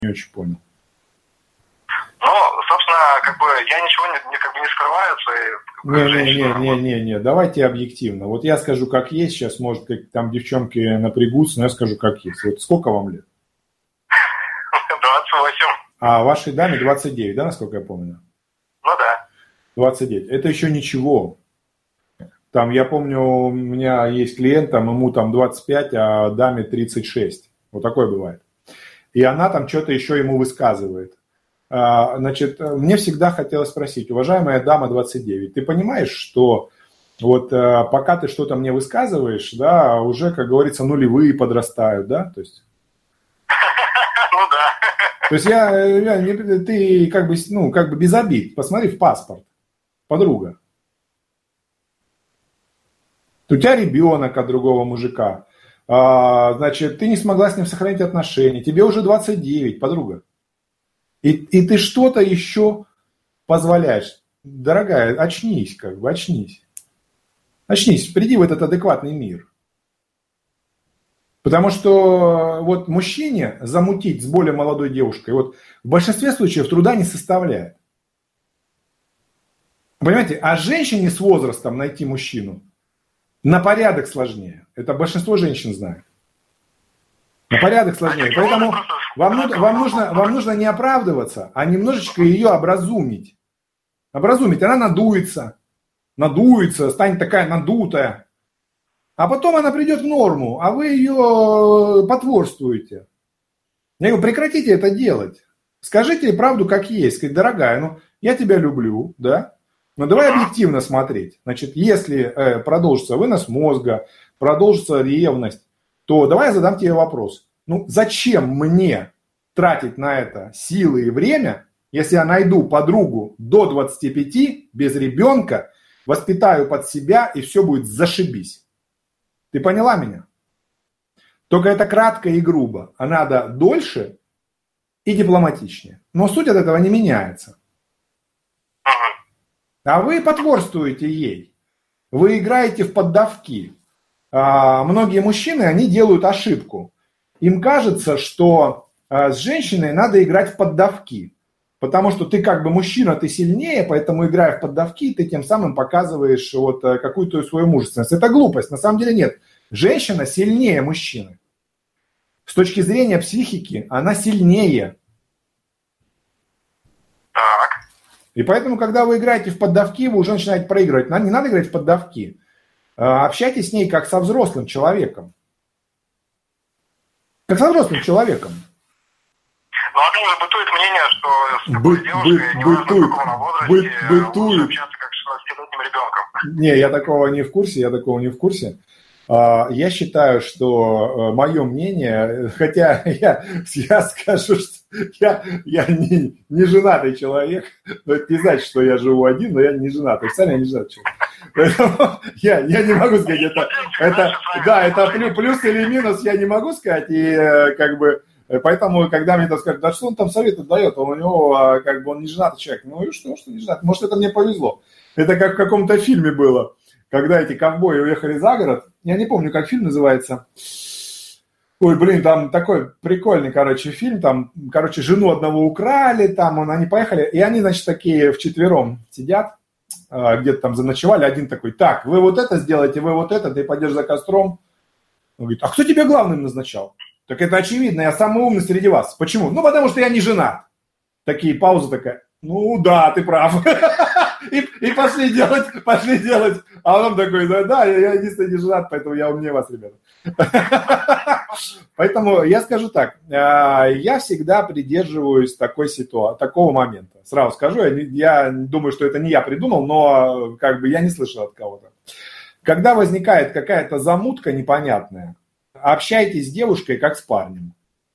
не очень понял. Ну, собственно, как бы я ничего не скрываю. Не, давайте объективно. Вот я скажу, как есть, сейчас, может, там девчонки напрягутся, но я скажу, как есть. Вот сколько вам лет? 28. А вашей даме 29, да, насколько я помню? Ну да. 29. Это еще ничего. Там, я помню, у меня есть клиент, там, ему там 25, а даме 36. Вот такое бывает. И она там что-то еще ему высказывает. Значит, мне всегда хотелось спросить, уважаемая дама 29, ты понимаешь, что вот пока ты что-то мне высказываешь, да, уже, как говорится, нулевые подрастают, да, то есть? Ну да. То есть ты как бы без обид, посмотри в паспорт, подруга. У тебя ребенок от другого мужика, значит, ты не смогла с ним сохранить отношения, тебе уже 29, подруга. И ты что-то еще позволяешь. Дорогая, очнись, очнись. Очнись, приди в этот адекватный мир. Потому что вот мужчине замутить с более молодой девушкой, вот в большинстве случаев труда не составляет. Понимаете, а женщине с возрастом найти мужчину на порядок сложнее. Это большинство женщин знает. На порядок сложнее. Поэтому вам нужно не оправдываться, а немножечко ее образумить. Образумить. Она надуется, станет такая надутая. А потом она придет в норму, а вы ее потворствуете. Я говорю, прекратите это делать. Скажите ей правду как есть. Сказать, дорогая, я тебя люблю, да? Но давай объективно смотреть. Значит, если продолжится вынос мозга, продолжится ревность, то давай я задам тебе вопрос. Зачем мне тратить на это силы и время, если я найду подругу до 25, без ребенка, воспитаю под себя, и все будет зашибись? Ты поняла меня? Только это кратко и грубо. А надо дольше и дипломатичнее. Но суть от этого не меняется. А вы потворствуете ей. Вы играете в поддавки. Многие мужчины, они делают ошибку. Им кажется, что с женщиной надо играть в поддавки. Потому что ты как бы мужчина, ты сильнее, поэтому играя в поддавки, ты тем самым показываешь вот какую-то свою мужественность. Это глупость, на самом деле нет. Женщина сильнее мужчины. С точки зрения психики она сильнее. Так. И поэтому, когда вы играете в поддавки, вы уже начинаете проигрывать. Не надо играть в поддавки. Общайтесь с ней как со взрослым человеком. Как со взрослым человеком. Ну, а там же бытует мнение, что с такой девушкой, неважно в каком она возрасте, лучше общаться как с 16-летним ребенком. Не, я такого не в курсе. Я считаю, что мое мнение, хотя я скажу, что я не женатый человек, но это не значит, что я живу один, но я не женатый. Официально я не женатый человек. Поэтому я не могу сказать, это плюс или минус, я не могу сказать. И как бы поэтому, когда мне скажут, да что он там советы дает, у него как бы он не женатый человек. Ну и что не женатый? Может, это мне повезло. Это как в каком-то фильме было. Когда эти ковбои уехали за город, я не помню, как фильм называется. Ой, блин, там такой прикольный, фильм. Там, жену одного украли, там они поехали. И они, значит, такие вчетвером сидят, где-то там заночевали. Один такой, так, вы вот это сделаете, вы вот это, ты пойдешь за костром. Он говорит, а кто тебя главным назначал? Так это очевидно, я самый умный среди вас. Почему? Потому что я не женат. Такие паузы такая. Да, ты прав. И пошли делать. А он такой, да, я единственный не женат, поэтому я умнее вас, ребята. Поэтому я скажу так, я всегда придерживаюсь такого момента. Сразу скажу, я думаю, что это не я придумал, но как бы я не слышал от кого-то. Когда возникает какая-то замутка непонятная, общайтесь с девушкой как с парнем.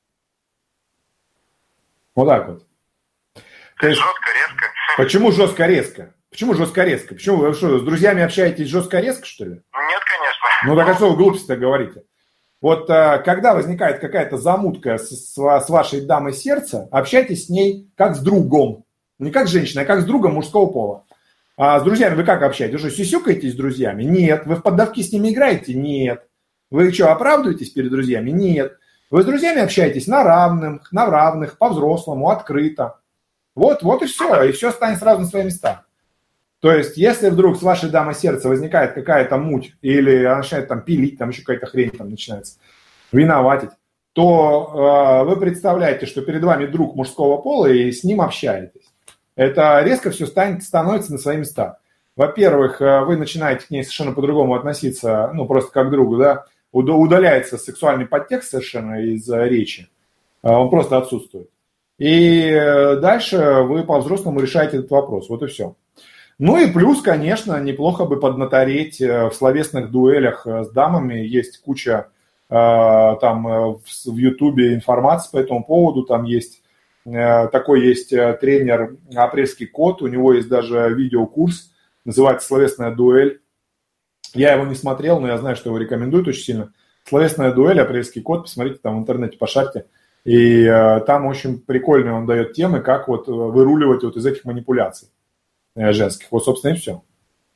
Вот так вот. Жестко, резко. Почему жестко-резко? Почему вы что, с друзьями общаетесь жестко-резко, что ли? Нет, конечно. Так а что вы глупости-то говорите? Вот когда возникает какая-то замутка с вашей дамой сердца, общайтесь с ней как с другом. Не как с женщиной, а как с другом мужского пола. А с друзьями вы как общаетесь? Вы что, сюсюкаетесь с друзьями? Нет. Вы в поддавки с ними играете? Нет. Вы что, оправдываетесь перед друзьями? Нет. Вы с друзьями общаетесь на равных, по-взрослому, открыто. Вот и все станет сразу на свои места. То есть, если вдруг с вашей дамой сердца возникает какая-то муть, или она начинает там пилить, там еще какая-то хрень там начинается, виноватить, то вы представляете, что перед вами друг мужского пола, и с ним общаетесь. Это резко все становится на свои места. Во-первых, вы начинаете к ней совершенно по-другому относиться, ну, просто как к другу, да, удаляется сексуальный подтекст совершенно из речи, он просто отсутствует. И дальше вы по-взрослому решаете этот вопрос, вот и все. Ну и плюс, конечно, неплохо бы поднатореть в словесных дуэлях с дамами. Есть куча там в Ютубе информации по этому поводу. Там есть такой есть тренер «Апрельский кот». У него есть даже видеокурс, называется «Словесная дуэль». Я его не смотрел, но я знаю, что его рекомендуют очень сильно. «Словесная дуэль», «Апрельский кот». Посмотрите там в интернете, пошарьте. И там очень прикольно он дает темы, как вот выруливать вот из этих манипуляций женских. Вот, собственно, и все.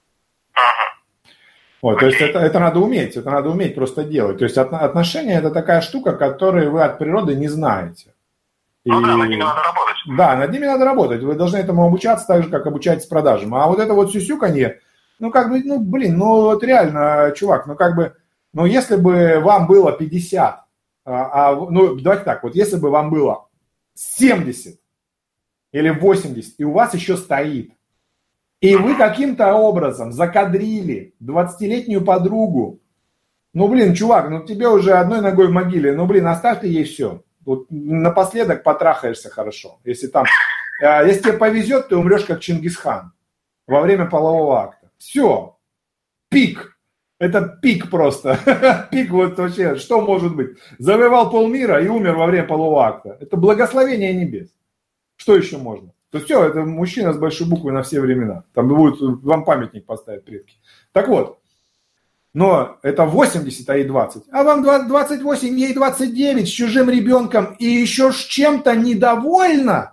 Вот, то есть это надо уметь просто делать. То есть отношения – это такая штука, которую вы от природы не знаете. Ну да, над ними надо работать. Да, над ними надо работать. Вы должны этому обучаться так же, как обучаетесь продажам. А вот это вот сюсюканье, ну как бы, вот реально, чувак, если бы вам было 50, давайте так, вот если бы вам было 70 или 80, и у вас еще стоит, и вы каким-то образом закадрили 20-летнюю подругу, чувак, тебе уже одной ногой в могиле, оставь ты ей все. Вот напоследок потрахаешься хорошо. Если тебе повезет, ты умрешь как Чингисхан во время полового акта. Все. Пик. Это пик просто. Пик вот вообще, что может быть? Завоевал полмира и умер во время полового акта. Это благословение небес. Что еще можно? То есть все, это мужчина с большой буквы на все времена. Там вам памятник поставят предки. Так вот, но это 80, а ей 20. А вам 28, ей 29 с чужим ребенком и еще с чем-то недовольна?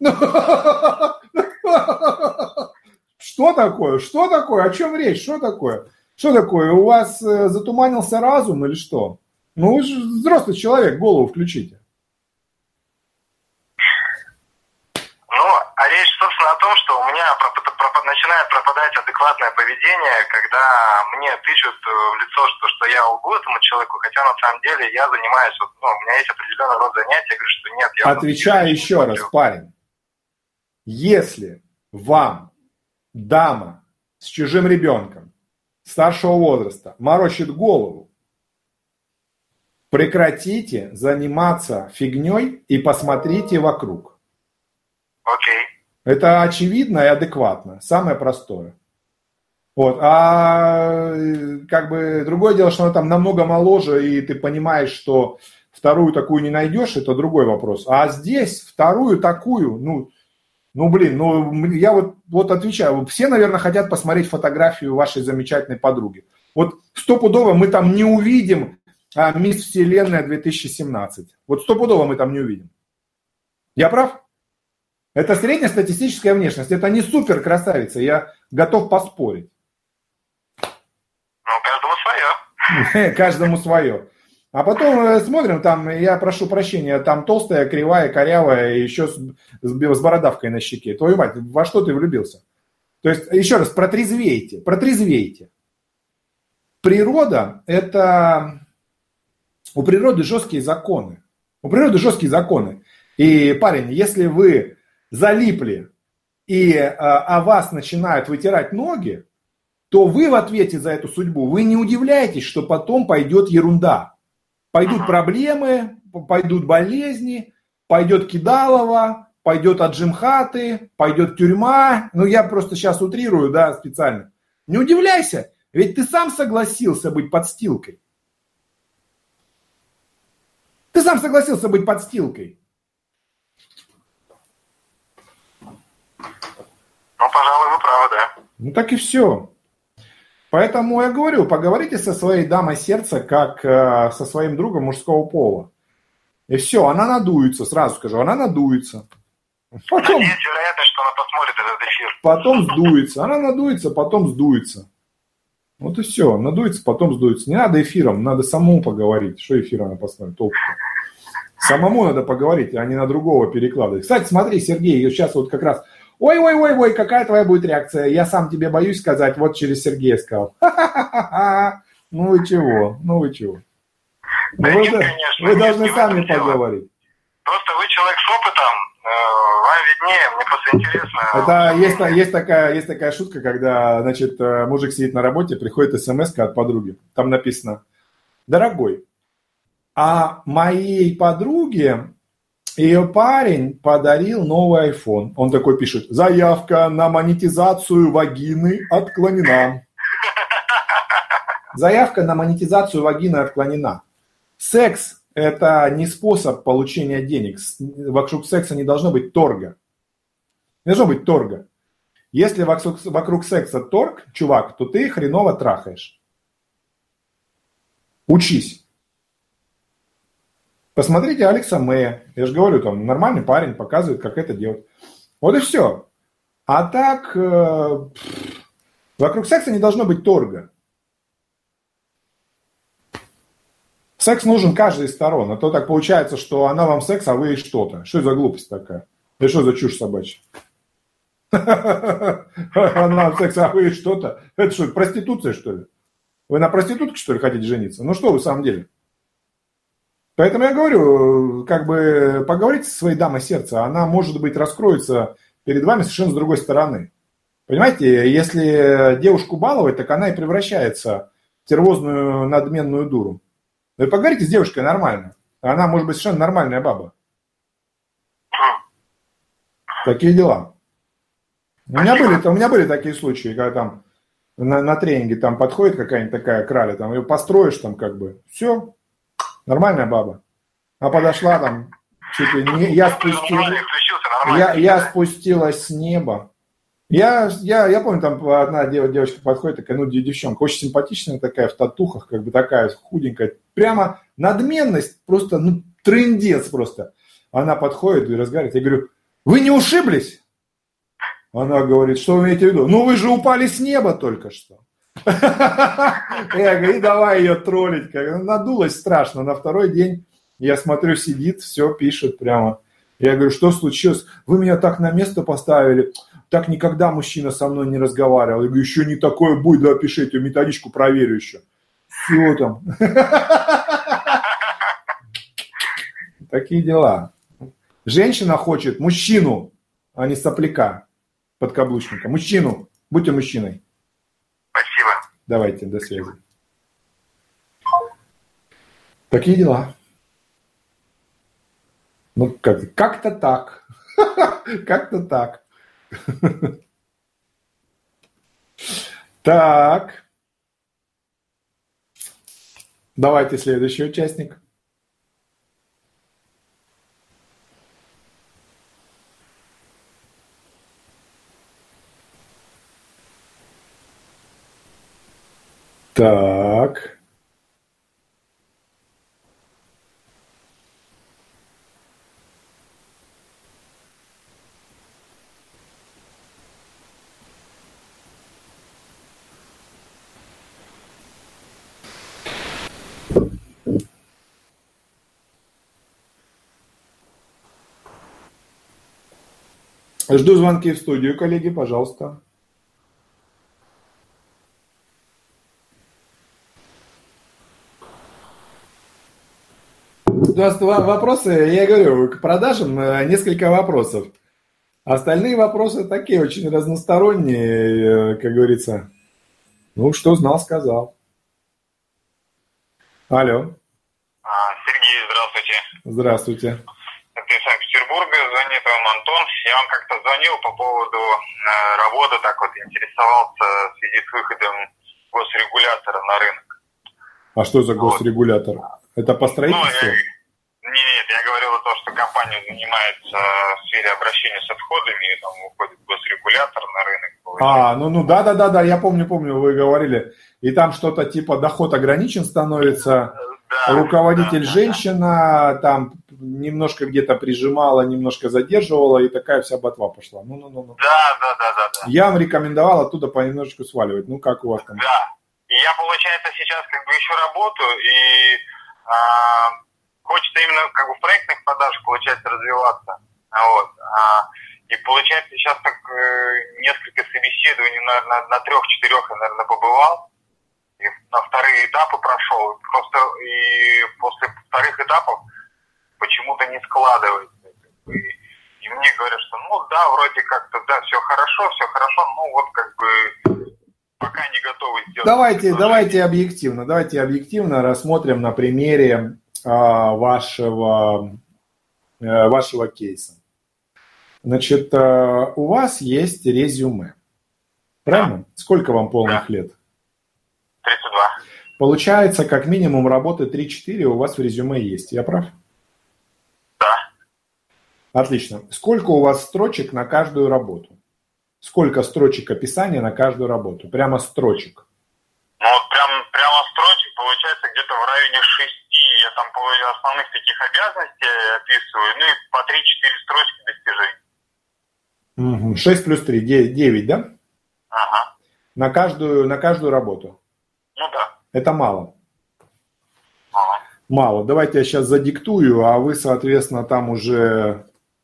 Что такое? Что такое? О чем речь? Что такое? Что такое? У вас затуманился разум или что? Вы же взрослый человек, голову включите. Речь, собственно, о том, что у меня начинает пропадать адекватное поведение, когда мне тычут в лицо, что я лгу этому человеку, хотя на самом деле я занимаюсь, у меня есть определенный род занятий, я говорю, что нет. Отвечаю еще раз, парень. Если вам дама с чужим ребенком старшего возраста морочит голову, прекратите заниматься фигней и посмотрите вокруг. Окей. Это очевидно и адекватно. Самое простое. Вот. А другое дело, что она там намного моложе, и ты понимаешь, что вторую такую не найдешь, это другой вопрос. А здесь вторую такую, я вот отвечаю. Все, наверное, хотят посмотреть фотографию вашей замечательной подруги. Вот стопудово мы там не увидим Мисс Вселенная 2017. Вот стопудово мы там не увидим. Я прав? Это среднестатистическая внешность. Это не супер красавица. Я готов поспорить. Каждому свое. Каждому свое. А потом смотрим, там, я прошу прощения, там толстая, кривая, корявая, и еще с бородавкой на щеке. Твою мать, во что ты влюбился? То есть, еще раз, протрезвейте. Природа – это… У природы жесткие законы. И, парень, если вы залипли, и о вас начинают вытирать ноги, то вы в ответе за эту судьбу, вы не удивляетесь, что потом пойдет ерунда. Пойдут проблемы, пойдут болезни, пойдет кидалово, пойдет отжимхаты, пойдет тюрьма. Я просто сейчас утрирую, да, специально. Не удивляйся, ведь ты сам согласился быть подстилкой. Пожалуй, вы правы, да. Так и все. Поэтому я говорю, поговорите со своей дамой сердца, как со своим другом мужского пола. И все, она надуется, сразу скажу, она надуется. Потом, есть вероятность, что она посмотрит этот эфир. Потом сдуется. Она надуется, потом сдуется. Вот и все. Надуется, потом сдуется. Не надо эфиром, надо самому поговорить. Что эфиром она посмотрит? Толку-то. Самому надо поговорить, а не на другого перекладывать. Кстати, смотри, Сергей, сейчас вот как раз... Ой, какая твоя будет реакция? Я сам тебе боюсь сказать, вот через Сергея сказал. Ха-ха-ха-ха. Ну вы чего? Да нет, конечно. Вы должны сами поговорить. Просто вы человек с опытом, вам виднее, мне просто интересно. Это есть такая шутка, когда, значит, мужик сидит на работе, приходит смс-ка от подруги. Там написано: дорогой, а моей подруге ее парень подарил новый iPhone. Он такой пишет: заявка на монетизацию вагины отклонена. Заявка на монетизацию вагины отклонена. Секс – это не способ получения денег. Вокруг секса не должно быть торга. Не должно быть торга. Если вокруг секса торг, чувак, то ты хреново трахаешь. Учись. Посмотрите Алекса Мэя. Я же говорю, там нормальный парень показывает, как это делать. Вот и все. А так, вокруг секса не должно быть торга. Секс нужен каждой из сторон. А то так получается, что она вам секс, а вы ей что-то. Что за глупость такая? И что за чушь собачья? Она вам секс, а вы ей что-то. Это что, проституция, что ли? Вы на проститутке, что ли, хотите жениться? Ну что вы в самом деле? Поэтому я говорю, как бы поговорите со своей дамой сердца. Она, может быть, раскроется перед вами совершенно с другой стороны. Понимаете, если девушку баловать, так она и превращается в стервозную надменную дуру. Вы поговорите с девушкой нормально. Она может быть совершенно нормальная баба. Такие дела. У меня были такие случаи, когда там на тренинге там подходит какая-нибудь такая краля, там ее построишь там как бы. Все, нормальная баба. Она подошла там, чуть ли не... Я спустилась с неба. Я помню, там одна девочка подходит, такая, ну, девчонка, очень симпатичная такая, в татухах, как бы такая худенькая. Прямо надменность, просто, ну, трындец просто. Она подходит и разговаривает. Я говорю: вы не ушиблись? Она говорит: что вы имеете в виду? Ну, вы же упали с неба только что. Я говорю: и давай ее троллить. Надулась страшно. На второй день я смотрю, сидит, все пишет прямо. Я говорю: что случилось? Вы меня так на место поставили. Так никогда мужчина со мной не разговаривал. Я говорю: еще не такое будет, давай пишите, методичку проверю еще. Все там. Такие дела. Женщина хочет мужчину, а не сопляка, подкаблучника. Мужчину. Будьте мужчиной. Спасибо. Давайте, до связи. Такие дела. Ну, как-то так. Как-то так. Так. Давайте следующий участник. Так. Жду звонки в студию, коллеги, пожалуйста. У вас вопросы, я говорю, к продажам несколько вопросов. Остальные вопросы такие очень разносторонние, как говорится. Ну, что знал, сказал. Алло. Сергей, здравствуйте. Здравствуйте. Это из Санкт-Петербурга, звонит вам Антон. Я вам как-то звонил по поводу работы, так вот интересовался в связи с выходом госрегулятора на рынок. А что за госрегулятор? Это по строительству? Нет, я говорил о том, что компания занимается в сфере обращения с отходами, и там уходит госрегулятор на рынок. Да, я помню, вы говорили. И там что-то типа доход ограничен становится, да, руководитель да, женщина, да. Там немножко где-то прижимала, немножко задерживала, и такая вся ботва пошла. Да. Я вам рекомендовал оттуда понемножечку сваливать. Ну, как у вас там? Да. И я, получается, сейчас как бы ищу работу, и хочется именно как бы в проектных продажах, получается, развиваться. Вот. И получается, сейчас так несколько собеседований, наверное, на 3-4 я, наверное, побывал. И на вторые этапы прошел. Просто и после вторых этапов почему-то не складывается. И мне говорят, что ну да, вроде как-то, да, все хорошо, ну вот как бы пока не готовы сделать. Давайте объективно рассмотрим на примере вашего кейса. Значит, у вас есть резюме. Правильно? Да. Сколько вам полных лет? 32. Получается, как минимум работы 3-4 у вас в резюме есть. Я прав? Да. Отлично. Сколько у вас строчек на каждую работу? Сколько строчек описания на каждую работу? Прямо строчек. Ну, вот прямо строчек получается где-то в районе 6. Я там по основных таких обязанностей описываю. Ну и по 3-4 строчки достижений. 6 плюс 3, 9, да? Ага. На каждую работу? Ну да. Это мало? Ага. Мало. Давайте я сейчас задиктую, а вы, соответственно, там уже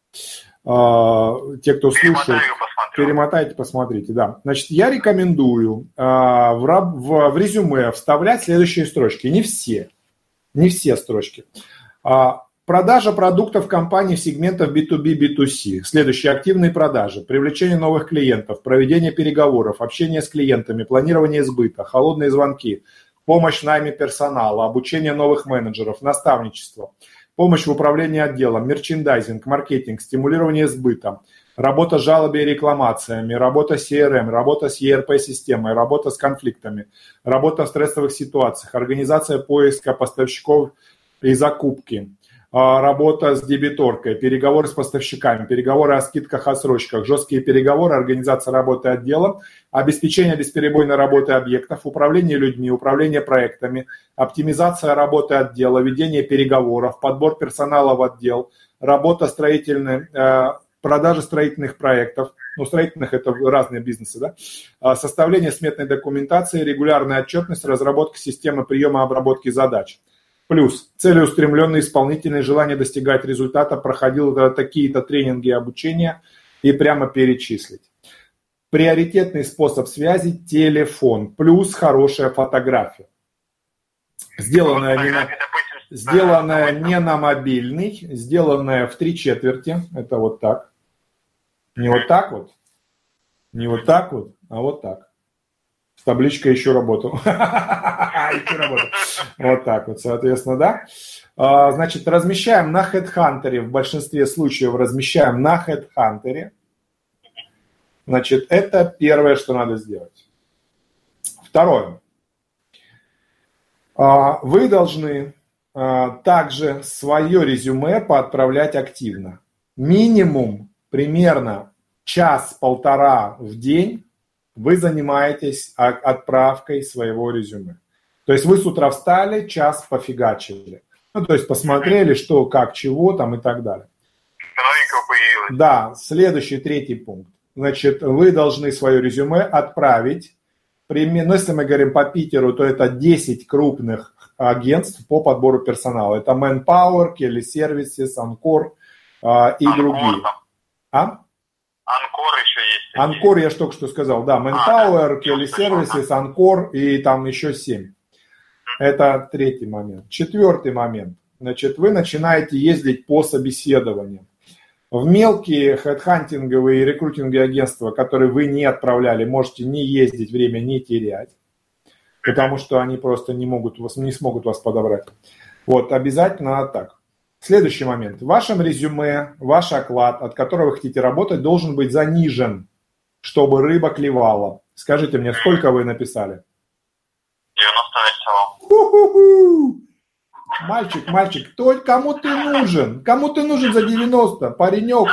те, кто слушает, перемотайте, посмотрите. Да. Значит, я рекомендую в резюме вставлять следующие строчки. Не все строчки. Продажа продуктов компании в сегментах B2B, B2C. Следующие: активные продажи, привлечение новых клиентов, проведение переговоров, общение с клиентами, планирование сбыта, холодные звонки, помощь в найме персонала, обучение новых менеджеров, наставничество, помощь в управлении отделом, мерчендайзинг, маркетинг, стимулирование сбыта, работа с жалобами и рекламациями, работа с CRM, работа с ERP-системой, работа с конфликтами, работа в стрессовых ситуациях, организация поиска поставщиков и закупки, работа с дебиторкой, переговоры с поставщиками, переговоры о скидках, отсрочках, жесткие переговоры, организация работы отдела, обеспечение бесперебойной работы объектов, управление людьми, управление проектами, оптимизация работы отдела, ведение переговоров, подбор персонала в отдел, работа строительной, продажа строительных проектов, ну, строительных это разные бизнесы, да, составление сметной документации, регулярная отчетность, разработка системы приема обработки задач. Плюс целеустремленный исполнительный, желание достигать результата, проходил такие-то тренинги и обучения, и прямо перечислить. Приоритетный способ связи – телефон, плюс хорошая фотография. Сделанная не на мобильный, сделанная в 3/4, это вот так. Не вот так вот, а вот так. С табличкой «Еще работу». Вот так вот, соответственно, да. Значит, размещаем на HeadHunter, в большинстве случаев размещаем на HeadHunter. Значит, это первое, что надо сделать. Второе. Вы должны также свое резюме поотправлять активно. Минимум примерно 1-1,5 в день вы занимаетесь отправкой своего резюме. То есть вы с утра встали, час пофигачили. Ну, то есть посмотрели, что, как, чего там и так далее. Да, следующий, 3 пункт. Значит, вы должны свое резюме отправить. Ну, если мы говорим по Питеру, то это 10 крупных агентств по подбору персонала. Это Manpower, Kelly Services, Анкор и другие. Анкор еще есть. Анкор я же только что сказал, да. Manpower, Kelly Services, Анкор и там еще 7. Это 3 момент. 4 момент. Значит, вы начинаете ездить по собеседованиям. В мелкие хедхантинговые и рекрутинговые агентства, которые вы не отправляли, можете не ездить, время не терять, потому что они просто не смогут вас подобрать. Вот, обязательно надо так. Следующий момент. В вашем резюме ваш оклад, от которого вы хотите работать, должен быть занижен, чтобы рыба клевала. Скажите мне, сколько вы написали? 90 написал. Мальчик, кому ты нужен? Кому ты нужен за 90? Паренек,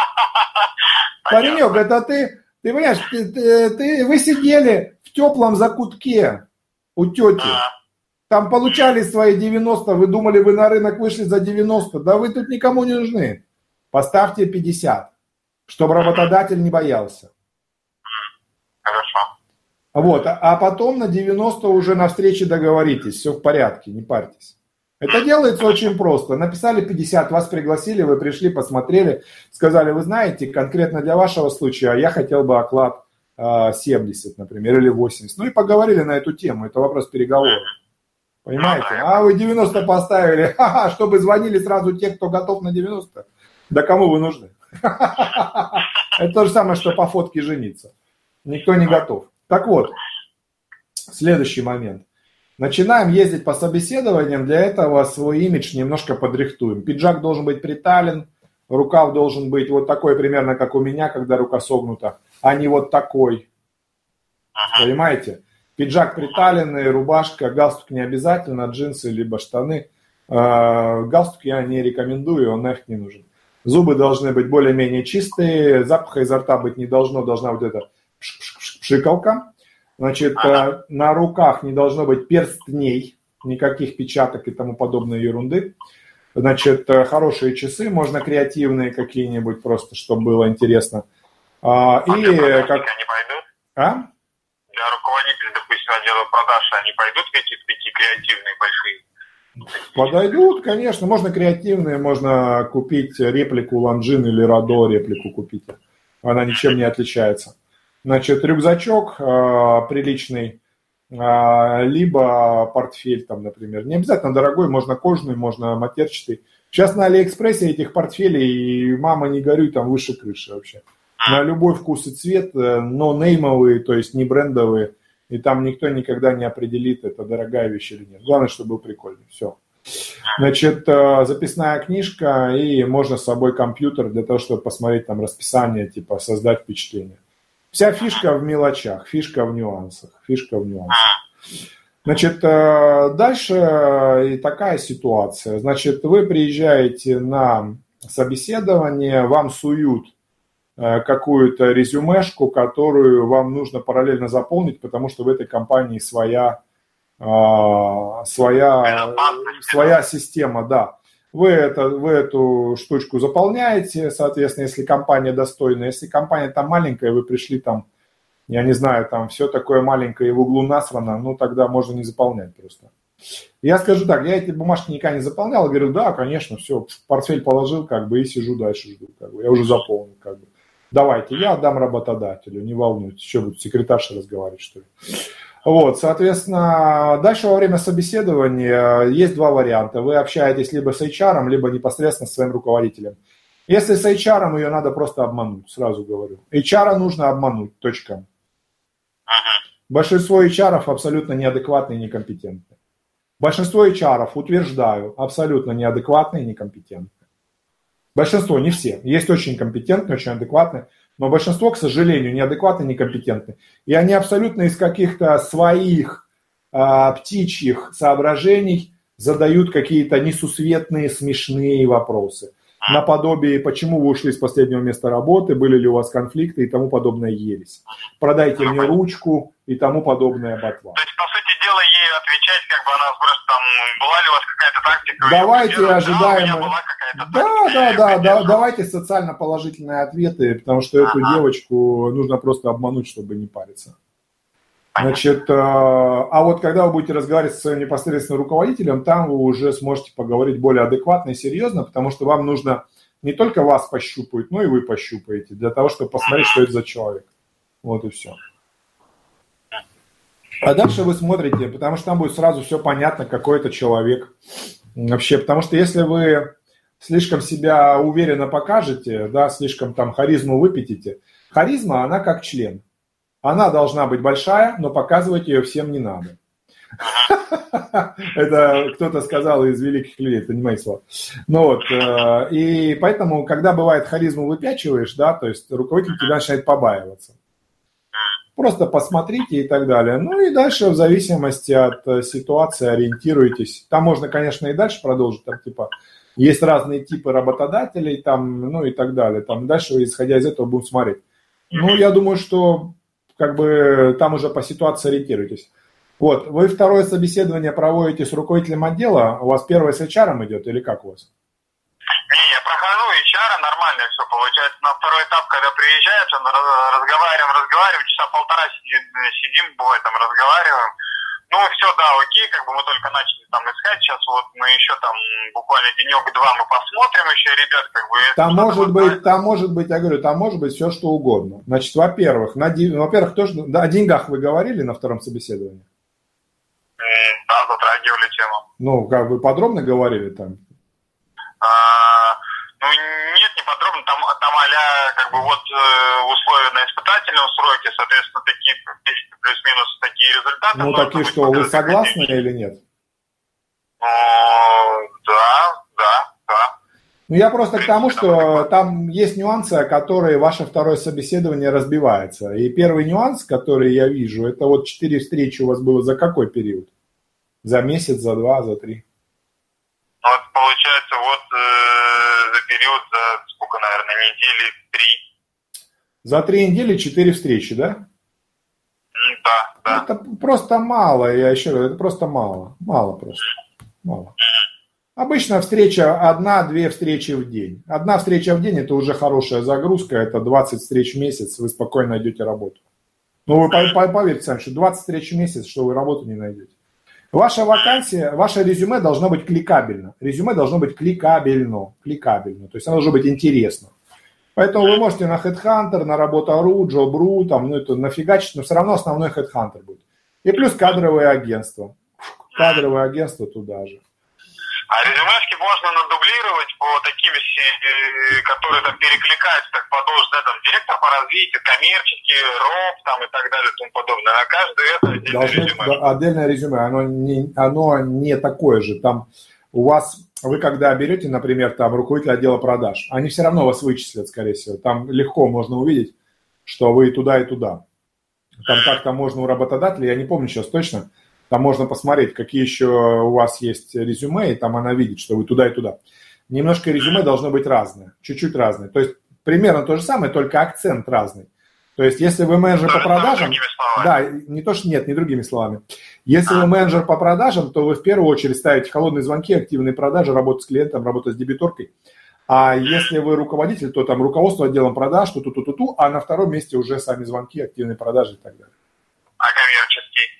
это ты понимаешь, вы сидели в теплом закутке у тети. Там получали свои 90, вы думали, вы на рынок вышли за 90. Да вы тут никому не нужны. Поставьте 50, чтобы работодатель не боялся. Хорошо. Вот, а потом на 90 уже на встрече договоритесь, все в порядке, не парьтесь. Это делается очень просто. Написали 50, вас пригласили, вы пришли, посмотрели, сказали, вы знаете, конкретно для вашего случая я хотел бы оклад 70, например, или 80. Ну и поговорили на эту тему, это вопрос переговоров. Понимаете? А вы 90 поставили, чтобы звонили сразу те, кто готов на 90. Да кому вы нужны? Это то же самое, что по фотке жениться. Никто не готов. Так вот, следующий момент. Начинаем ездить по собеседованиям, для этого свой имидж немножко подрихтуем. Пиджак должен быть притален, рукав должен быть вот такой примерно, как у меня, когда рука согнута, а не вот такой. Понимаете? Пиджак приталенный, рубашка, галстук не обязательно, джинсы либо штаны. Галстук я не рекомендую, он нафиг не нужен. Зубы должны быть более-менее чистые, запаха изо рта быть не должно, должна вот эта пшикалка. Значит, на руках не должно быть перстней, никаких печаток и тому подобной ерунды. Значит, хорошие часы, можно креативные какие-нибудь, просто чтобы было интересно. Для руководителя не пойдут? Для руководителя, допустим, отдела продаж, они пойдут в эти такие креативные большие? Подойдут, конечно. Можно креативные, можно купить реплику Longines или Радо реплику купить. Она ничем не отличается. Значит, рюкзачок приличный, либо портфель, там, например. Не обязательно дорогой, можно кожаный, можно матерчатый. Сейчас на Алиэкспрессе этих портфелей, мама, не горюй, там выше крыши вообще. На любой вкус и цвет, но неймовые, то есть не брендовые. И там никто никогда не определит, это дорогая вещь или нет. Главное, чтобы был прикольный. Все. Значит, записная книжка, и можно с собой компьютер для того, чтобы посмотреть там расписание, типа создать впечатление. Вся фишка в мелочах, фишка в нюансах, фишка в нюансах. Значит, дальше и такая ситуация. Значит, вы приезжаете на собеседование, вам суют какую-то резюмешку, которую вам нужно параллельно заполнить, потому что в этой компании своя система, да. Вы эту штучку заполняете, соответственно, если компания достойная. Если компания там маленькая, вы пришли там, я не знаю, там все такое маленькое и в углу насрано, ну тогда можно не заполнять просто. Я скажу так, я эти бумажки никогда не заполнял, говорю, да, конечно, все, в портфель положил, как бы, и сижу дальше жду, как бы, я уже заполнил, как бы. Давайте, я отдам работодателю, не волнуйтесь, что будет секретарша разговаривать, что ли. Вот, соответственно, дальше во время собеседования есть два варианта. Вы общаетесь либо с HR, либо непосредственно с своим руководителем. Если с HR, ее надо просто обмануть, сразу говорю. HR нужно обмануть, точка. Большинство HR абсолютно неадекватные и некомпетентные. Большинство HR, утверждаю, абсолютно неадекватные и некомпетентные. Большинство, не все. Есть очень компетентные, очень адекватные, но большинство, к сожалению, неадекватные, некомпетентные. И они абсолютно из каких-то своих птичьих соображений задают какие-то несусветные, смешные вопросы. Наподобие, почему вы ушли с последнего места работы, были ли у вас конфликты и тому подобное ересь. Продайте мне ручку и тому подобное ботва. То есть, по сути дела, ей отвечать, как бы она спрашивает, там, была ли у вас какая-то тактика? Давайте ожидаемо. Давайте социально положительные ответы, потому что эту девочку нужно просто обмануть, чтобы не париться. Значит, а вот когда вы будете разговаривать со своим непосредственным руководителем, там вы уже сможете поговорить более адекватно и серьезно, потому что вам нужно не только вас пощупать, но и вы пощупаете, для того, чтобы посмотреть, что это за человек. Вот и все. А дальше вы смотрите, потому что там будет сразу все понятно, какой это человек вообще. Потому что если вы слишком себя уверенно покажете, да, слишком там харизму выпятите, харизма, она как член. Она должна быть большая, но показывать ее всем не надо. Это кто-то сказал из великих людей, это не мои слова. Ну вот, и поэтому, когда бывает харизму выпячиваешь, да, то есть руководитель тебя начинает побаиваться. Просто посмотрите и так далее. Ну и дальше в зависимости от ситуации ориентируйтесь. Там можно, конечно, и дальше продолжить, там типа есть разные типы работодателей, там, ну и так далее. Там дальше, исходя из этого, будем смотреть. Ну, я думаю, что как бы там уже по ситуации ориентируйтесь. Вот, вы второе собеседование проводите с руководителем отдела, у вас первое с HR идет или как у вас? Не, я прохожу HR, нормально все получается. На второй этап, когда приезжаешь, разговариваем, часа полтора сидим, бывает, там разговариваем. Ну, все, да, окей, как бы мы только начали там искать, сейчас вот мы еще там буквально денек-два мы посмотрим еще, ребят, как бы... Там может быть, я говорю, там может быть все, что угодно. Значит, во-первых, тоже, да, о деньгах вы говорили на втором собеседовании? Да, затрагивали тему. Ну, как бы подробно говорили там? Ну, нет, не подробно, там а-ля, как бы вот условия на испытательном сроке, соответственно, такие плюс-минус такие результаты. Ну, такие что, вы согласны или нет? Да. Ну, я просто к тому, что там есть нюансы, о которые ваше второе собеседование разбивается. И первый нюанс, который я вижу, это вот 4 встречи у вас было за какой период? За месяц, за 2, за 3? Ну, это получается вот за период, за сколько, наверное, недели 3. За 3 недели 4 встречи, да? Да. Это просто мало, я еще говорю, это просто мало. Мало просто. Мало. Обычно встреча 1-2 встречи в день. 1 встреча в день – это уже хорошая загрузка, это 20 встреч в месяц, вы спокойно найдете работу. Ну, вы поверьте сами, что 20 встреч в месяц, что вы работу не найдете. Ваша вакансия, ваше резюме должно быть кликабельно. Резюме должно быть кликабельно. То есть оно должно быть интересно. Поэтому вы можете на HeadHunter, на Работа.ру, Job.ru, там, ну это нафигачить, но все равно основной HeadHunter будет. И плюс кадровое агентство. Кадровое агентство туда же. А резюмешки можно надублировать по таким, которые там перекликаются, так по должности, там, директор по развитию, коммерческий, РОП, там, и так далее, и тому подобное. На каждое это отдельное резюме. Да, отдельное резюме, оно не такое же. Там у вас, вы когда берете, например, там руководитель отдела продаж, они все равно вас вычислят, скорее всего. Там легко можно увидеть, что вы и туда, и туда. Там как-то можно у работодателя, я не помню сейчас точно, там можно посмотреть, какие еще у вас есть резюме, и там она видит, что вы туда и туда. Немножко резюме должно быть разное, чуть-чуть разное. То есть примерно то же самое, только акцент разный. То есть если вы менеджер по продажам... Да, не то, что нет, не другими словами. Если вы менеджер по продажам, то вы в первую очередь ставите холодные звонки, активные продажи, работу с клиентом, работу с дебиторкой. А если вы руководитель, то там руководство отделом продаж, а на втором месте уже сами звонки, активные продажи и так далее. А коммерческий?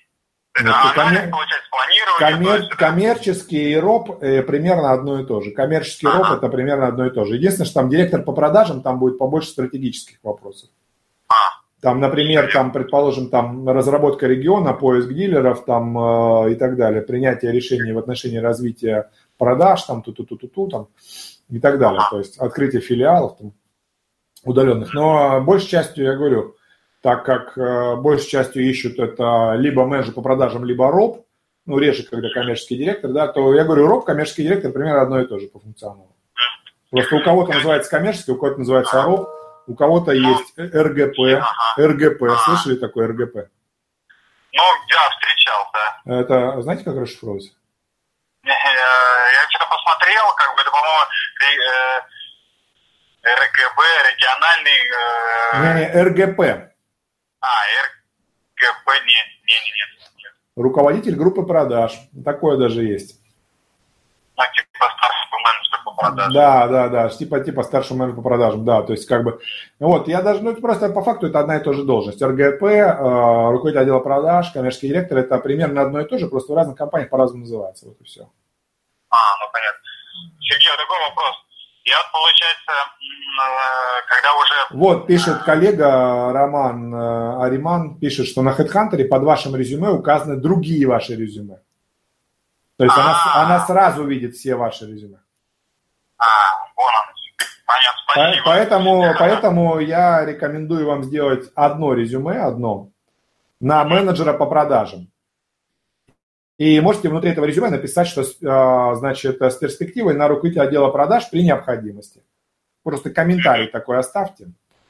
Коммерческий и РОП примерно одно и то же. Коммерческий РОП это примерно одно и то же. Единственное, что там директор по продажам, там будет побольше стратегических вопросов. Там, например, там, предположим, там разработка региона, поиск дилеров там, и так далее, принятие решений в отношении развития продаж там, там, и так далее. То есть открытие филиалов там, удаленных. Но большей частью, я говорю, так как большей частью ищут это либо менеджер по продажам, либо РОП, ну, реже, когда коммерческий директор, да, то я говорю, РОП, коммерческий директор примерно одно и то же по функционалу. Просто у кого-то называется коммерческий, у кого-то называется РОП, у кого-то есть РГП. Слышали такое РГП? Ну, я встречал, да. Это, знаете, как расшифровывается? Я что-то посмотрел, как бы, это, по-моему, РГБ, региональный... РГП. РГП, нет. Руководитель группы продаж. Такое даже есть. Ну, типа старший менеджер по продажам. Да. Типа старший менеджер по продажам, да. То есть, как бы, вот, я даже, ну, это просто по факту это одна и та же должность. РГП, руководитель отдела продаж, коммерческий директор, это примерно одно и то же, просто в разных компаниях по-разному называется. Вот и все. Ну, понятно. Сергей, такой вопрос. И вот, получается, когда уже... Вот, пишет коллега Роман Ариман, пишет, что на HeadHunter под вашим резюме указаны другие ваши резюме. То есть она сразу видит все ваши резюме. Вон он. Понятно, поэтому я рекомендую вам сделать одно резюме, на менеджера по продажам. И можете внутри этого резюме написать, что, значит, с перспективой на руководителя отдела продаж при необходимости. Просто комментарий такой оставьте.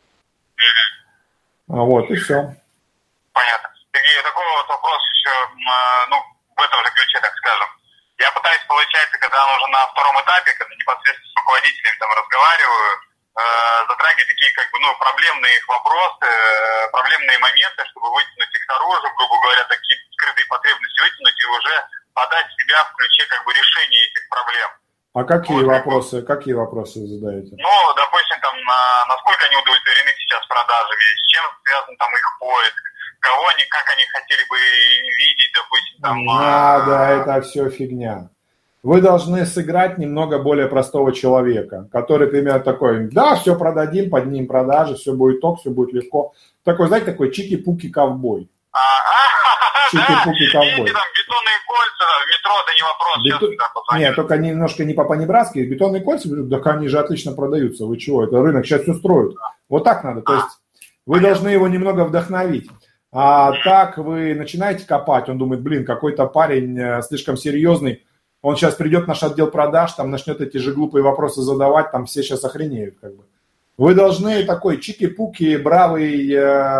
Вот, и все. Понятно. Сергей, такой вот вопрос еще, ну, в этом же ключе, так скажем. Я пытаюсь, получается, когда он уже на втором этапе, когда непосредственно с руководителями там разговариваю, затрагивать такие, как бы, ну, проблемные их вопросы, проблемные моменты, чтобы вытянуть их наружу, грубо говоря, такие скрытые потребности вытянуть и уже подать себя в ключе, как бы, решения этих проблем. А какие вопросы задаете? Ну, допустим, там, насколько они удовлетворены сейчас продажами, с чем связан там их поиск, кого они, как они хотели бы видеть, допустим, там... Не надо, это все фигня. Вы должны сыграть немного более простого человека, который примерно такой, да, все продадим, поднимем продажи, все будет ток, все будет легко. Такой, знаете, такой чики-пуки ковбой. Чики-пуки ковбой. Там бетонные кольца, метро, это не вопрос. Нет, только немножко не по-понебратски. Бетонные кольца, так они же отлично продаются. Вы чего? Это рынок сейчас все строят. Вот так надо. То есть вы должны его немного вдохновить. А так вы начинаете копать, он думает, блин, какой-то парень слишком серьезный, он сейчас придет в наш отдел продаж, там начнет эти же глупые вопросы задавать, там все сейчас охренеют. Как бы. Вы должны такой чики-пуки, бравый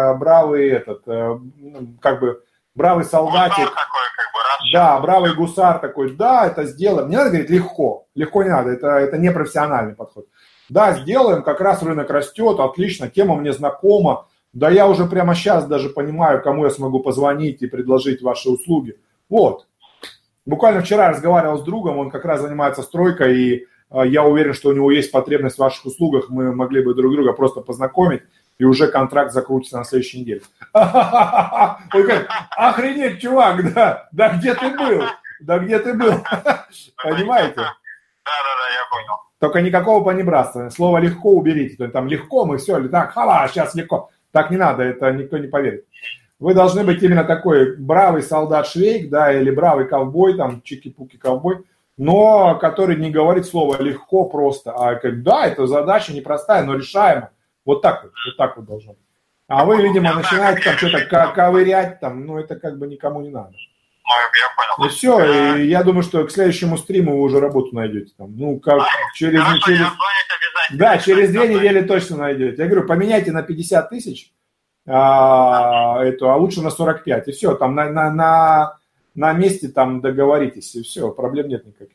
солдатик. Да, бравый гусар такой, да, это сделаем. Не надо говорить легко не надо, это не профессиональный подход. Да, сделаем, как раз рынок растет, отлично, тема мне знакома. Да я уже прямо сейчас даже понимаю, кому я смогу позвонить и предложить ваши услуги. Вот. Буквально вчера разговаривал с другом, он как раз занимается стройкой, и я уверен, что у него есть потребность в ваших услугах, мы могли бы друг друга просто познакомить, и уже контракт закрутится на следующей неделе. Он говорит, охренеть, чувак, да где ты был? Понимаете? Да, я понял. Только никакого понебратства, слово легко уберите, то есть там легко мы все, так, сейчас легко. Так не надо, это никто не поверит. Вы должны быть именно такой бравый солдат-швейк, да, или бравый ковбой, там, чики-пуки ковбой, но который не говорит слово легко просто, а говорит, да, это задача непростая, но решаемая. Вот так вот должно быть. А вы, видимо, начинаете там что-то ковырять, там, ну, это как бы никому не надо. Я понял. И все, и я думаю, что к следующему стриму вы уже работу найдете. Там, ну, как через 2 недели точно найдете. Я говорю, поменяйте на 50 тысяч, а лучше на 45. И все, там на месте там договоритесь, и все, проблем нет никаких.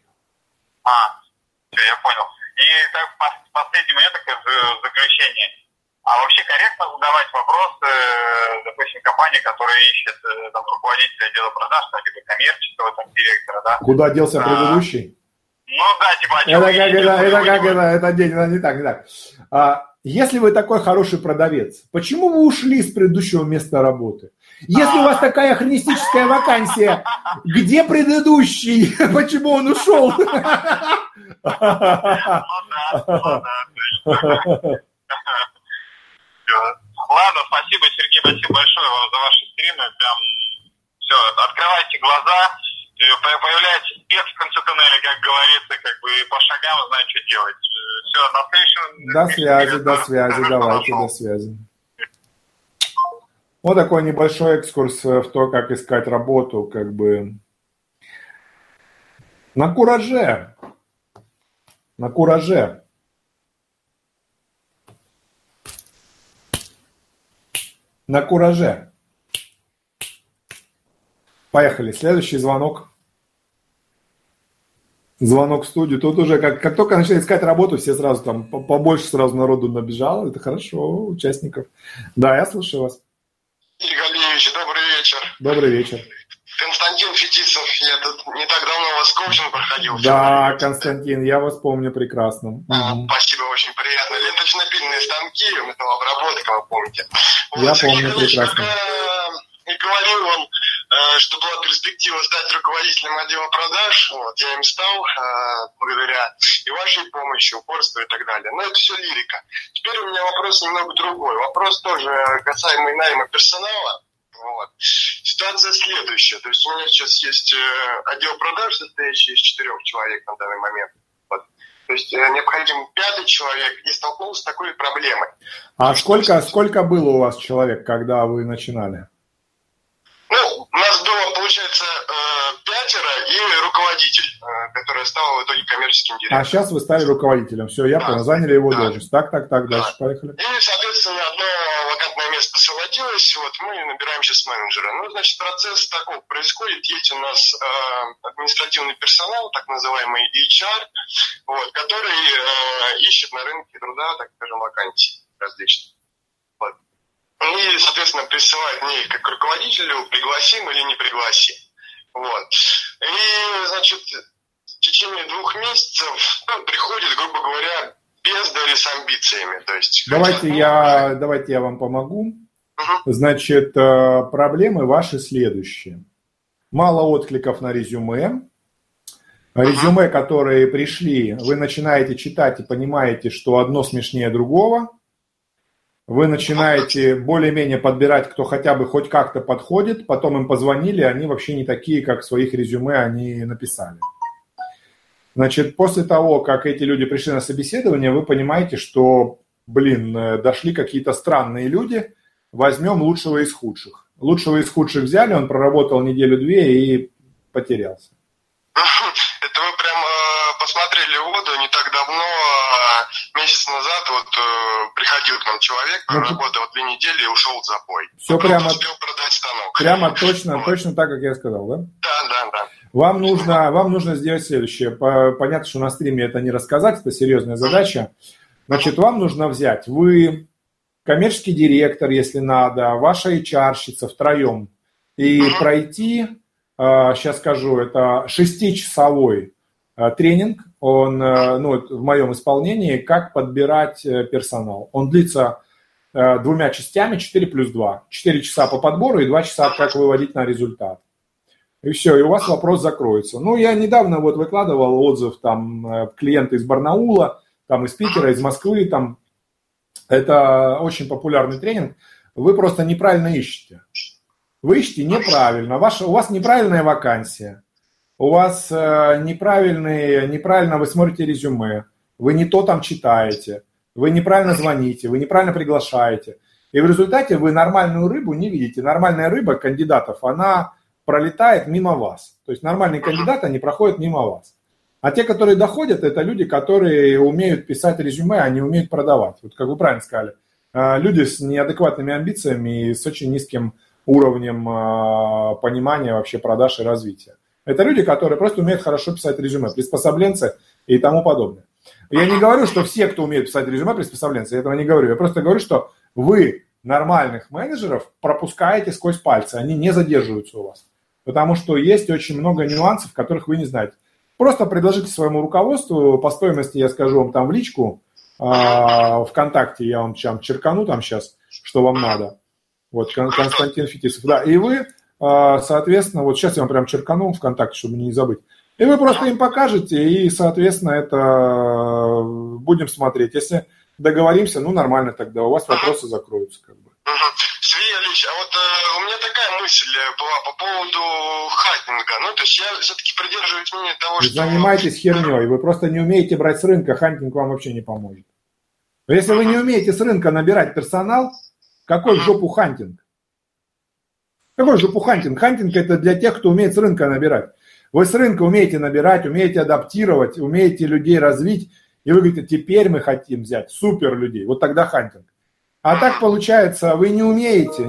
Я понял. И так, последнее у меня такое заключение. А вообще корректно задавать вопросы, допустим, компании, которая ищет там, руководителя отдела продаж, либо коммерческого там, директора, да? Куда делся предыдущий? Ну да, типа... Это не так. Если вы такой хороший продавец, почему вы ушли с предыдущего места работы? Если у вас такая охренистическая вакансия, где предыдущий? Почему он ушел? Ладно, спасибо, Сергей, спасибо большое вам за ваши стримы. Прям все, открывайте глаза, появляется свет в конце туннеля, как говорится, как бы по шагам знаем, что делать. Все, на следующем... До связи, давайте, до связи. Вот такой небольшой экскурс в то, как искать работу, как бы на кураже. На кураже. На кураже. Поехали. Следующий звонок. Звонок в студию. Тут уже как только начали искать работу, все сразу там побольше сразу народу набежало. Это хорошо, участников. Да, я слушаю вас. Игорь Галиевич, добрый вечер. Добрый вечер. Константин Фетисов, я тут не так давно у вас коучинг проходил. Да, Константин, я вас помню прекрасно. Спасибо, очень приятно. Ленточно-пильные станки, металлообработка, вы помните. Я помню прекрасно. И говорил он, что была перспектива стать руководителем отдела продаж. Вот, я им стал благодаря и вашей помощи, упорству и так далее. Но это все лирика. Теперь у меня вопрос немного другой. Вопрос тоже касаемый найма персонала. Вот. Ситуация следующая. То есть у меня сейчас есть отдел продаж, состоящий из 4 человек на данный момент. Вот. То есть необходим 5-й человек, и столкнулся с такой проблемой. А сколько было у вас человек, когда вы начинали? Ну, у нас было, получается, 5 и руководитель, который стал в итоге коммерческим директором. А сейчас вы стали руководителем. Все, я понял, заняли его должность. Так, дальше поехали. И, соответственно, одно вакантное место освободилось, вот мы набираем сейчас менеджера. Ну, значит, процесс такой происходит. Есть у нас административный персонал, так называемый HR, вот, который ищет на рынке труда, так скажем, вакансии различные. Вот. И, соответственно, присылает мне их как руководителю, пригласим или не пригласим. Вот. И, значит, в течение 2 месяцев приходит, грубо говоря, бездари с амбициями. То есть, давайте я вам помогу. Значит, проблемы ваши следующие. Мало откликов на резюме. Резюме, которые пришли, вы начинаете читать и понимаете, что одно смешнее другого. Вы начинаете более-менее подбирать, кто хотя бы хоть как-то подходит. Потом им позвонили, они вообще не такие, как в своих резюме они написали. Значит, после того, как эти люди пришли на собеседование, вы понимаете, что, дошли какие-то странные люди, возьмем лучшего из худших. Лучшего из худших взяли, он проработал неделю-две и потерялся. Это вы прям посмотрели воду. Не так давно, месяц назад, приходил к нам человек, проработал 2 недели и ушел в запой. Все прямо, успел продать станок. Прямо точно так, как я сказал, да? Да. Вам нужно сделать следующее. Понятно, что на стриме это не рассказать, это серьезная задача. Значит, вам нужно взять, вы коммерческий директор, если надо, ваша HR-щица втроем, и пройти, сейчас скажу, это 6-часовой тренинг, он, в моем исполнении, как подбирать персонал. Он длится 2 частями, 4+2. 4 часа по подбору и 2 часа, как выводить на результат. И все, и у вас вопрос закроется. Я недавно выкладывал отзыв, там, клиента из Барнаула, там, из Питера, из Москвы, там. Это очень популярный тренинг. Вы просто неправильно ищете. Вы ищете неправильно. У вас неправильная вакансия. У вас неправильно вы смотрите резюме. Вы не то там читаете. Вы неправильно звоните. Вы неправильно приглашаете. И в результате вы нормальную рыбу не видите. Нормальная рыба кандидатов, она пролетает мимо вас. То есть нормальные кандидаты, они проходят мимо вас. А те, которые доходят, это люди, которые умеют писать резюме, они умеют продавать. Как вы правильно сказали, люди с неадекватными амбициями и с очень низким уровнем понимания вообще продаж и развития. Это люди, которые просто умеют хорошо писать резюме, приспособленцы и тому подобное. Я не говорю, что все, кто умеет писать резюме, приспособленцы, я этого не говорю. Я просто говорю, что вы нормальных менеджеров пропускаете сквозь пальцы, они не задерживаются у вас. Потому что есть очень много нюансов, которых вы не знаете. Просто предложите своему руководству, по стоимости я скажу вам там в личку, ВКонтакте я вам черкану там сейчас, что вам надо. Константин Фетисов. Да, и вы, соответственно, сейчас я вам прям черкану ВКонтакте, чтобы не забыть. И вы просто им покажете, и, соответственно, это будем смотреть. Если договоримся, нормально тогда, у вас вопросы закроются. Сергей Ильич, у меня такая мысль была по поводу хантинга. То есть я все-таки придерживаюсь мнения того, что... Занимайтесь херней, вы просто не умеете брать с рынка, хантинг вам вообще не поможет. Но если вы не умеете с рынка набирать персонал, какой в жопу хантинг? Какой в жопу хантинг? Хантинг это для тех, кто умеет с рынка набирать. Вы с рынка умеете набирать, умеете адаптировать, умеете людей развить, и вы говорите, теперь мы хотим взять супер людей. Вот тогда хантинг. А так получается, вы не умеете.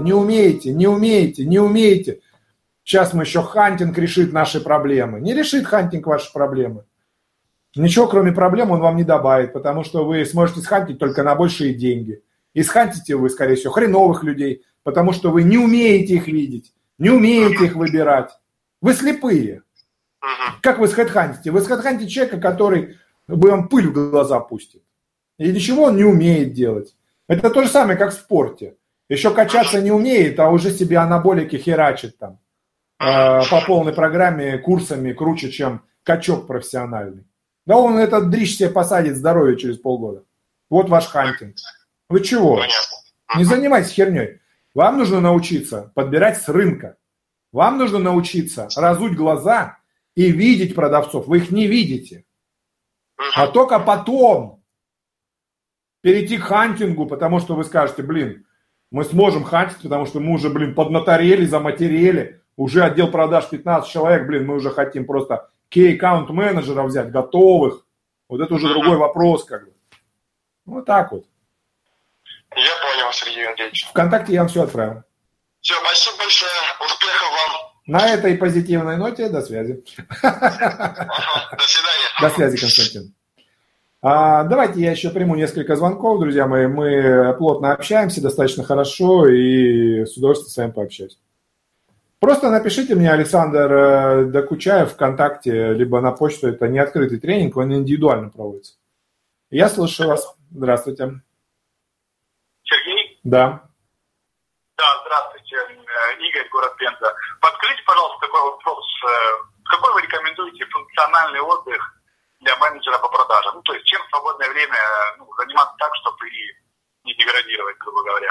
Сейчас мы еще хантинг решит наши проблемы. Не решит хантинг ваши проблемы. Ничего, кроме проблем, он вам не добавит, потому что вы сможете схантить только на большие деньги. И схантите вы, скорее всего, хреновых людей, потому что вы не умеете их видеть, не умеете их выбирать. Вы слепые. Как вы схедхантите? Вы схедхантите человека, который вам пыль в глаза пустит. И ничего он не умеет делать. Это то же самое, как в спорте. Еще качаться не умеет, а уже себе анаболики херачит там по полной программе, курсами круче, чем качок профессиональный. Да он этот дрищ себе посадит здоровье через полгода. Вот ваш хантинг. Вы чего? Не занимайтесь херней. Вам нужно научиться подбирать с рынка. Вам нужно научиться разуть глаза и видеть продавцов. Вы их не видите. А только потом перейти к хантингу, потому что вы скажете, мы сможем хантить, потому что мы уже, поднаторели, заматерели, уже отдел продаж 15 человек, мы уже хотим просто key-аккаунт менеджеров взять, готовых. Вот это уже другой вопрос, Вот так вот. Я понял, Сергей Андреевич. ВКонтакте я вам все отправил. Все, спасибо большое, успехов вам. На этой позитивной ноте до связи. До свидания. До связи, Константин. Давайте я еще приму несколько звонков, друзья мои. Мы плотно общаемся, достаточно хорошо, и с удовольствием с вами пообщаюсь. Просто напишите мне, Александр Докучаев, ВКонтакте, либо на почту. Это не открытый тренинг, он индивидуально проводится. Я слушаю вас. Здравствуйте. Сергей? Да. Да, Черкес, город Пенза. Подскажите, пожалуйста, такой вопрос. Какой вы рекомендуете функциональный отдых для менеджера по продажам? Ну, то есть чем в свободное время заниматься так, чтобы не деградировать, грубо говоря?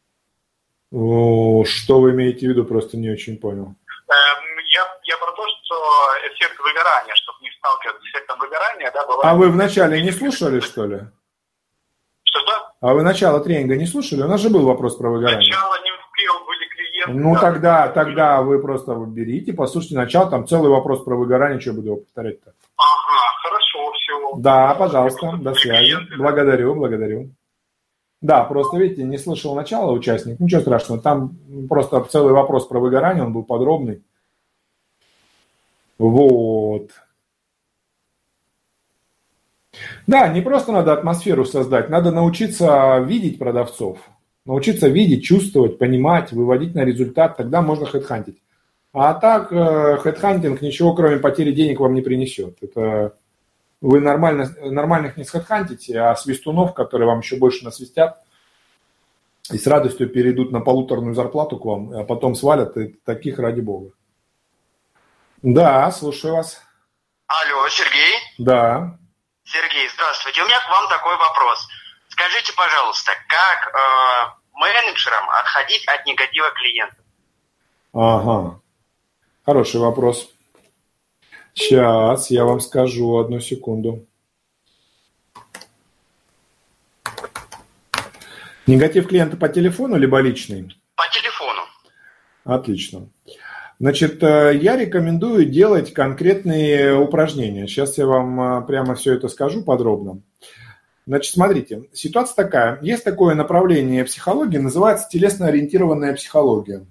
Что вы имеете в виду, просто не очень понял. Я про то, что эффект выгорания, чтобы не сталкиваться с эффектом выгорания, да, бывает... А вы вначале не слушали, что ли? Что-что? А вы начало тренинга не слушали? У нас же был вопрос про выгорание. Начало не успел, были клиенты. Ну, тогда вы просто берите, послушайте начало, там целый вопрос про выгорание, что буду его повторять-то. Ага, хорошо, все. Да, пожалуйста, до связи. Благодарю. Да, просто, видите, не слышал начала участник, ничего страшного, там просто целый вопрос про выгорание, он был подробный. Вот. Да, не просто надо атмосферу создать, надо научиться видеть продавцов, научиться видеть, чувствовать, понимать, выводить на результат, тогда можно хедхантить. А так, хедхантинг ничего, кроме потери денег, вам не принесет. Это вы нормальных не схедхантите, а свистунов, которые вам еще больше насвистят, и с радостью перейдут на полуторную зарплату к вам, а потом свалят, и таких ради бога. Да, слушаю вас. Алло, Сергей? Да. Сергей, здравствуйте. У меня к вам такой вопрос. Скажите, пожалуйста, как менеджерам отходить от негатива клиентов? Ага. Хороший вопрос. Сейчас я вам скажу, одну секунду. Негатив клиента по телефону либо личный? По телефону. Отлично. Значит, я рекомендую делать конкретные упражнения. Сейчас я вам прямо все это скажу подробно. Значит, смотрите, ситуация такая. Есть такое направление психологии, называется телесно-ориентированная психология.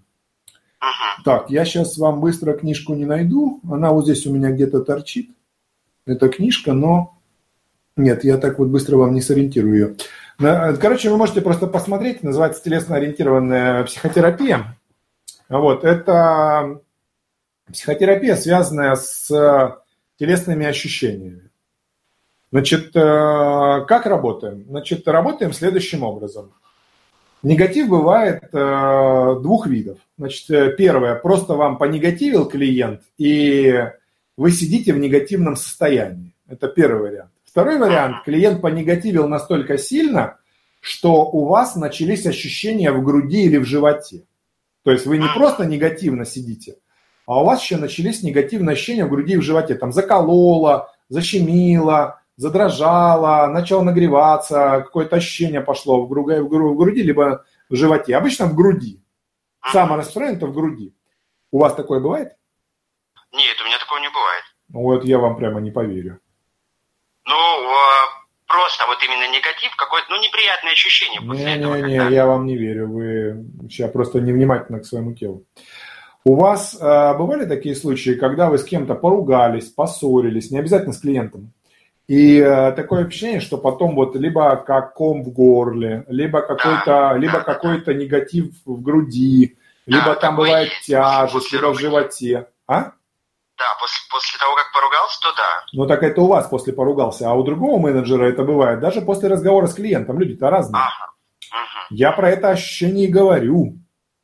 Так, я сейчас вам быстро книжку не найду. Она вот здесь у меня где-то торчит. Это книжка, но... Нет, я так вот быстро вам не сориентирую ее. Короче, вы можете просто посмотреть. Называется телесно-ориентированная психотерапия. Вот, это психотерапия, связанная с телесными ощущениями. Значит, как работаем? Значит, работаем следующим образом. Негатив бывает двух видов. Значит, первое, просто вам понегативил клиент, и вы сидите в негативном состоянии. Это первый вариант. Второй вариант, клиент понегативил настолько сильно, что у вас начались ощущения в груди или в животе. То есть вы не просто негативно сидите, а у вас еще начались негативные ощущения в груди и в животе. Там закололо, защемило, задрожало, начало нагреваться, какое-то ощущение пошло в груди, либо в животе. Обычно в груди. Самое распространенное это в груди. У вас такое бывает? Нет, у меня такого не бывает. Вот я вам прямо не поверю. Ну, просто вот именно негатив, какое-то, неприятное ощущение после этого. Не, я вам не верю. Вы сейчас просто невнимательны к своему телу. У вас бывали такие случаи, когда вы с кем-то поругались, поссорились, не обязательно с клиентом, и такое ощущение, что потом вот либо как ком в горле, либо какой-то негатив в груди, либо там бывает тяжесть, либо в животе. А? Да, после того, как поругался, то да. Ну так это у вас после поругался, а у другого менеджера это бывает даже после разговора с клиентом. Люди-то разные. Ага. Угу. Я про это ощущение и говорю. Угу.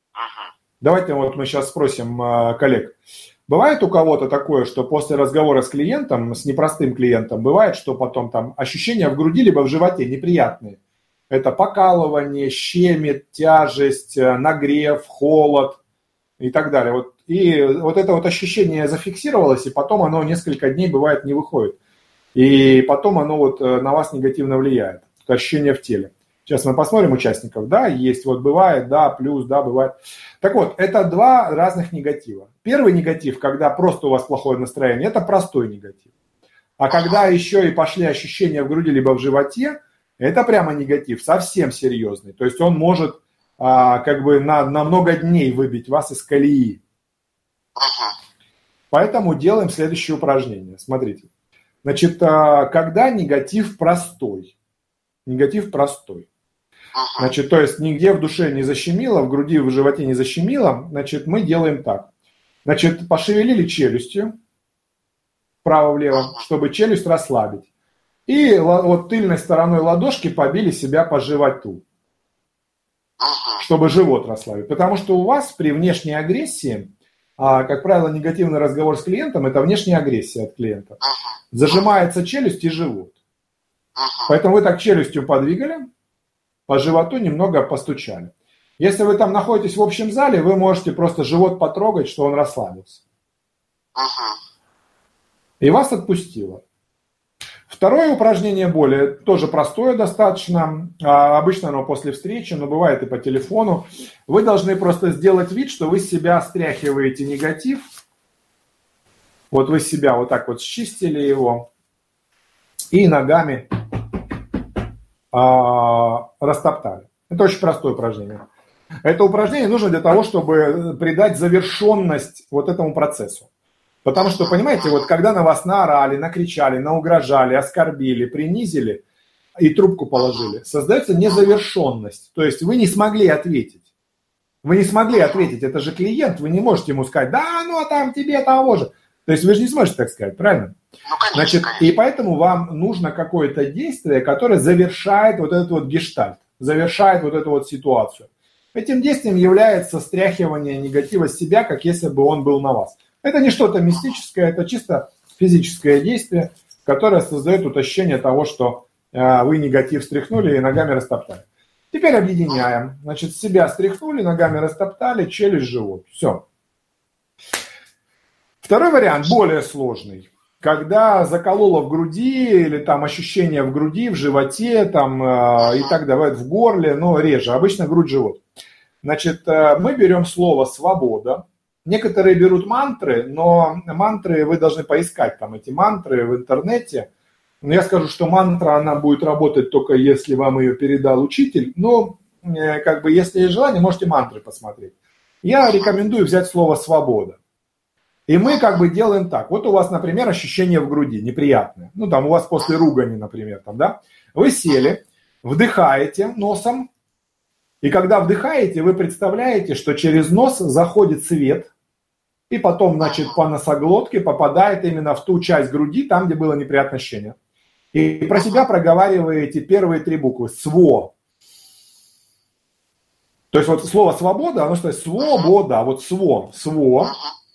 Давайте вот мы сейчас спросим коллег. Бывает у кого-то такое, что после разговора с клиентом, с непростым клиентом, бывает, что потом там ощущения в груди либо в животе неприятные? Это покалывание, щемит, тяжесть, нагрев, холод и так далее. И вот это вот ощущение зафиксировалось, и потом оно несколько дней, бывает, не выходит. И потом оно вот на вас негативно влияет. Это ощущение в теле. Сейчас мы посмотрим участников. Да, есть, вот бывает, да, плюс, да, бывает. Так вот, это два разных негатива. Первый негатив, когда просто у вас плохое настроение, это простой негатив. А когда еще и пошли ощущения в груди либо в животе, это прямо негатив, совсем серьезный. То есть он может как бы на много дней выбить вас из колеи. Поэтому делаем следующее упражнение. Смотрите. Значит, когда негатив простой. Негатив простой. Значит, то есть нигде в душе не защемило, в груди, в животе не защемило. Значит, мы делаем так. Значит, пошевелили челюстью вправо-влево, чтобы челюсть расслабить. И вот тыльной стороной ладошки побили себя по животу. чтобы живот расслабить. Потому что у вас при внешней агрессии, как правило, негативный разговор с клиентом – это внешняя агрессия от клиента. Зажимается челюсть и живот. Поэтому вы так челюстью подвигали, по животу немного постучали. Если вы там находитесь в общем зале, вы можете просто живот потрогать, что он расслабился. И вас отпустило. Второе упражнение более, тоже простое достаточно, обычно оно после встречи, но бывает и по телефону. Вы должны просто сделать вид, что вы с себя стряхиваете негатив. Вот вы себя вот так вот счистили его и ногами растоптали. Это очень простое упражнение. Это упражнение нужно для того, чтобы придать завершенность вот этому процессу. Потому что, понимаете, вот когда на вас наорали, накричали, наугрожали, оскорбили, принизили и трубку положили, создается незавершенность. То есть вы не смогли ответить. Вы не смогли ответить, это же клиент, вы не можете ему сказать, да, ну а там тебе того же. То есть вы же не сможете так сказать, правильно? Ну, конечно, Значит, конечно. и поэтому вам нужно какое-то действие, которое завершает вот этот вот гештальт, завершает вот эту вот ситуацию. Этим действием является стряхивание негатива с себя, как если бы он был на вас. Это не что-то мистическое, это чисто физическое действие, которое создает вот ощущение того, что вы негатив стряхнули и ногами растоптали. Теперь объединяем. Значит, себя стряхнули, ногами растоптали, челюсть, живот. Все. Второй вариант, более сложный. Когда закололо в груди или там ощущение в груди, в животе там, и так далее, в горле, но реже, обычно грудь, живот. Значит, мы берем слово «свобода». Некоторые берут мантры, но мантры вы должны поискать, там эти мантры в интернете. Но я скажу, что мантра, она будет работать только если вам ее передал учитель. Но, как бы, если есть желание, можете мантры посмотреть. Я рекомендую взять слово «свобода». И мы как бы делаем так. Вот у вас, например, ощущение в груди неприятное. Ну, там у вас после ругани, например, там, да. Вы сели, вдыхаете носом. И когда вдыхаете, вы представляете, что через нос заходит свет. И потом, значит, по носоглотке попадает именно в ту часть груди, там, где было неприятное ощущение. И про себя проговариваете первые три буквы. СВО. То есть вот слово «свобода», оно что свобода, вот СВО, СВО.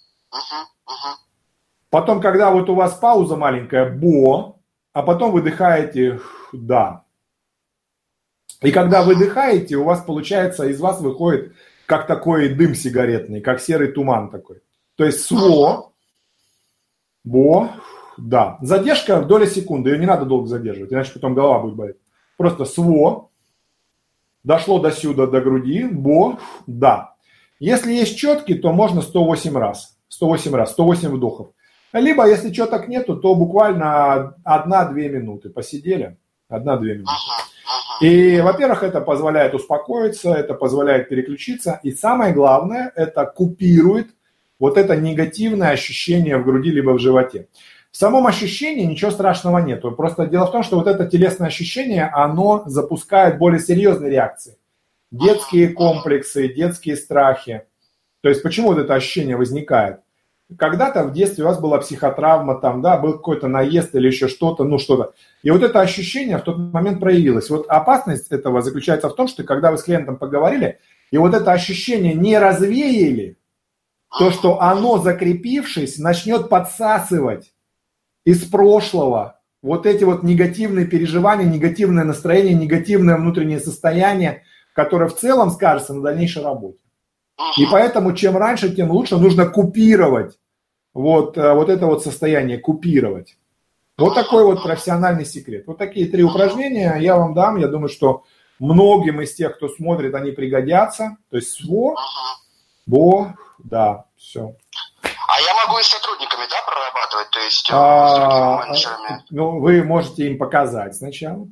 Потом, когда вот у вас пауза маленькая, БО, а потом выдыхаете «да». И когда выдыхаете, у вас получается, из вас выходит как такой дым сигаретный, как серый туман такой. То есть СВО, БО, да. Задержка в доли секунды, ее не надо долго задерживать, иначе потом голова будет болеть. Просто СВО, дошло до сюда, до груди, БО, да. Если есть четкий, то можно 108 раз, 108 вдохов. Либо, если четок нету, то буквально 1-2 минуты посидели, 1-2 минуты. И, во-первых, это позволяет успокоиться, это позволяет переключиться. И самое главное, это купирует вот это негативное ощущение в груди либо в животе. В самом ощущении ничего страшного нет. Просто дело в том, что вот это телесное ощущение, оно запускает более серьезные реакции. Детские комплексы, детские страхи. То есть почему вот это ощущение возникает? Когда-то в детстве у вас была психотравма, там, да, был какой-то наезд или еще что-то, ну что-то. И вот это ощущение в тот момент проявилось. Вот опасность этого заключается в том, что когда вы с клиентом поговорили, и вот это ощущение не развеяли, то, что оно, закрепившись, начнет подсасывать из прошлого вот эти вот негативные переживания, негативное настроение, негативное внутреннее состояние, которое в целом скажется на дальнейшей работе. И поэтому чем раньше, тем лучше нужно купировать вот это вот состояние, купировать. Вот такой вот профессиональный секрет. Вот такие 3 упражнения я вам дам. Я думаю, что многим из тех, кто смотрит, они пригодятся. То есть СВО, БО, да, все. А я могу и с сотрудниками, да, прорабатывать, то есть с другими менеджерами? Ну, вы можете им показать сначала,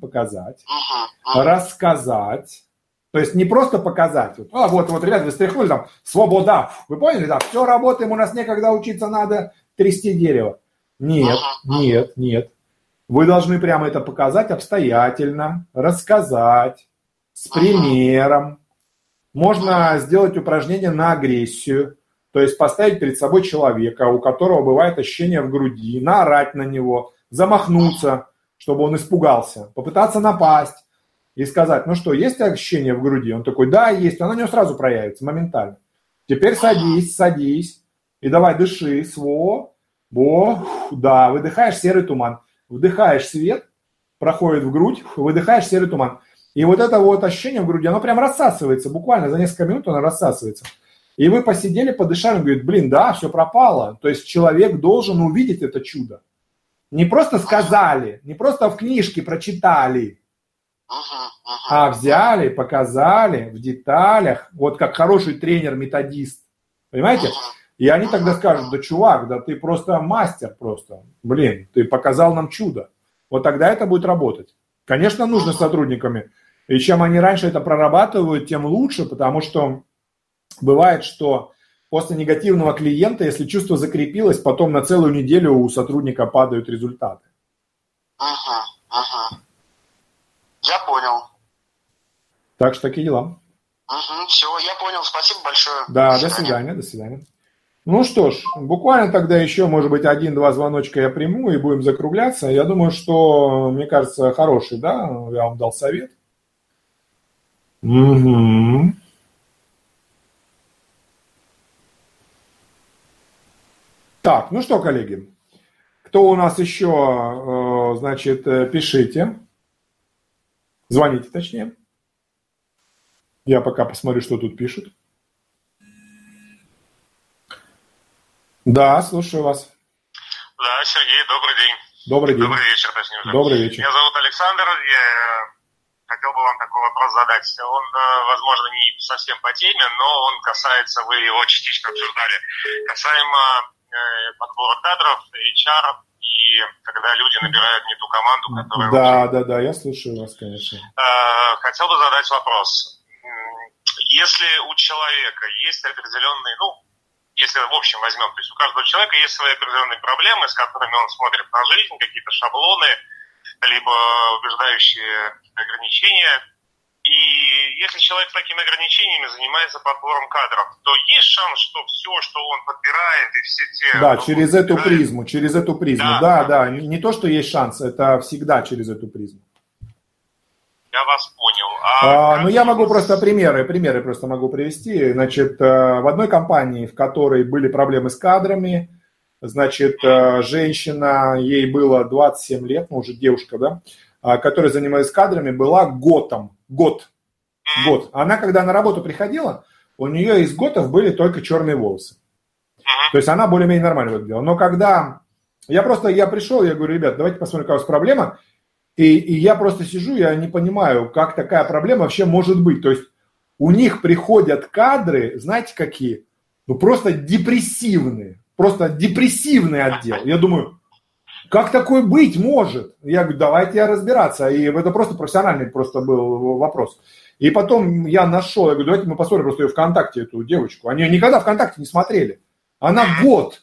рассказать. То есть не просто показать. Вот, ребята, вы стряхнули там, свобода. Вы поняли, да? Все, работаем, у нас некогда учиться, надо трясти дерево. Нет. Вы должны прямо это показать обстоятельно, рассказать, с примером. Можно сделать упражнение на агрессию. То есть поставить перед собой человека, у которого бывает ощущение в груди, наорать на него, замахнуться, чтобы он испугался, попытаться напасть. и сказать, ну что, есть ощущение в груди? Он такой, да, есть, оно у него сразу проявится, моментально. Теперь садись, и давай дыши, да, выдыхаешь серый туман, вдыхаешь свет, проходит в грудь, выдыхаешь серый туман. И вот это вот ощущение в груди, оно прям рассасывается, буквально за несколько минут оно рассасывается. И вы посидели, подышали, он говорит, блин, да, все пропало. То есть человек должен увидеть это чудо. Не просто сказали, не просто в книжке прочитали, а взяли, показали в деталях, вот как хороший тренер-методист. Понимаете? И они тогда скажут, да, чувак, да ты просто мастер просто. Блин, ты показал нам чудо. Вот тогда это будет работать. Конечно, нужно с сотрудниками. И чем они раньше это прорабатывают, тем лучше, потому что бывает, что после негативного клиента, если чувство закрепилось, потом на целую неделю у сотрудника падают результаты. Я понял. Так что такие дела. Все, я понял. Спасибо большое. Да, до свидания. Ну что ж, буквально тогда еще, может быть, 1-2 звоночка я приму и будем закругляться. Я думаю, что, мне кажется, хороший, да, я вам дал совет. Угу. Так, ну что, коллеги, кто у нас еще, значит, пишите, звоните точнее. Я пока посмотрю, что тут пишут. Да, слушаю вас. Да, Сергей, добрый день. Добрый день. Добрый вечер, точнее уже. Добрый вечер. Меня зовут Александр, я хотел бы вам такой вопрос задать. Он, возможно, не совсем по теме, но он касается, вы его частично обсуждали, касаемо подбора кадров, HR, и когда люди набирают не ту команду, которая... Да, я слушаю вас, конечно. Хотел бы задать вопрос. Если у человека есть определенные, если в общем возьмем, то есть у каждого человека есть свои определенные проблемы, с которыми он смотрит на жизнь, какие-то шаблоны, либо убеждающие ограничения. И если человек с такими ограничениями занимается подбором кадров, то есть шанс, что все, что он подбирает, и все те... Да, через эту призму. Да. Не то, что есть шанс, это всегда через эту призму. Я вас понял. Я могу просто примеры просто могу привести. Значит, в одной компании, в которой были проблемы с кадрами, значит, женщина, ей было 27 лет, уже девушка, да, которая занималась кадрами, была готом. Год. Она, когда на работу приходила, у нее из готов были только черные волосы. То есть она более-менее нормально выглядела. Но когда я пришел, я говорю, ребят, давайте посмотрим, какая у вас проблема. И я просто сижу, я не понимаю, как такая проблема вообще может быть. То есть у них приходят кадры, знаете, какие? Просто депрессивный отдел. Я думаю, как такое быть может? Я говорю, давайте разбираться. И это просто профессиональный просто был вопрос. И потом я нашел, я говорю, давайте мы посмотрим просто ее ВКонтакте, эту девочку. Они ее никогда ВКонтакте не смотрели. Она год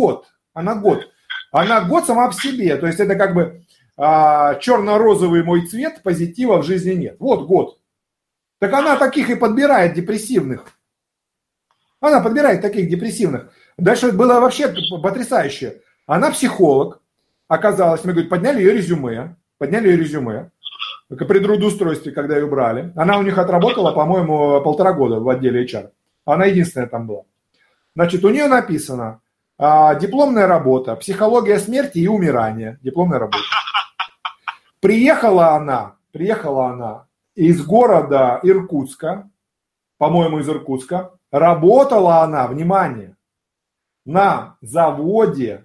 сама по себе. То есть это как бы черно-розовый мой цвет, позитива в жизни нет. Вот год. Так она таких и подбирает депрессивных. Дальше было вообще потрясающе. Она психолог, оказалось, мы, говорит, подняли ее резюме, при трудоустройстве, когда ее брали. Она у них отработала, по-моему, 1,5 года в отделе HR. Она единственная там была. Значит, у нее написано дипломная работа, психология смерти и умирания. Дипломная работа. Приехала она из города Иркутска, по-моему, из Иркутска. Работала она, внимание, на заводе,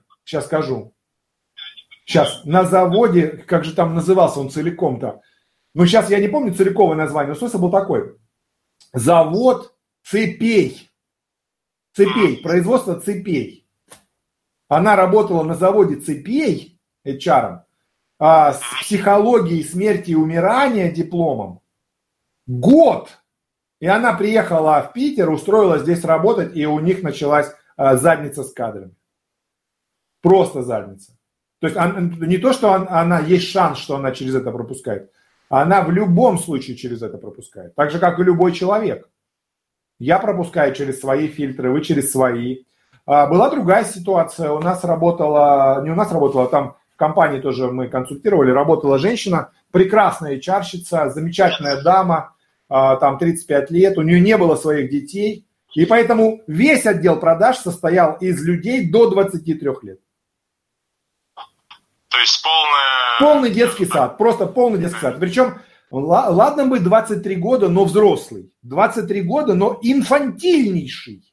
на заводе, как же там назывался он целиком-то, сейчас я не помню целиковое название, но смысл был такой. Завод цепей, производство цепей. Она работала на заводе цепей HR, с психологией смерти и умирания дипломом. Год. И она приехала в Питер, устроилась здесь работать, и у них началась задница с кадрами. Просто задница. То есть не то, что она есть шанс, что она через это пропускает. Она в любом случае через это пропускает. Так же, как и любой человек. Я пропускаю через свои фильтры, вы через свои. Была другая ситуация. Не у нас работала, там в компании тоже мы консультировали, работала женщина, прекрасная HR-щица, замечательная дама, там 35 лет, у нее не было своих детей, и поэтому весь отдел продаж состоял из людей до 23 лет. То есть полный детский сад, просто полный детский сад. Причем, ладно бы 23 года, но взрослый. 23 года, но инфантильнейший.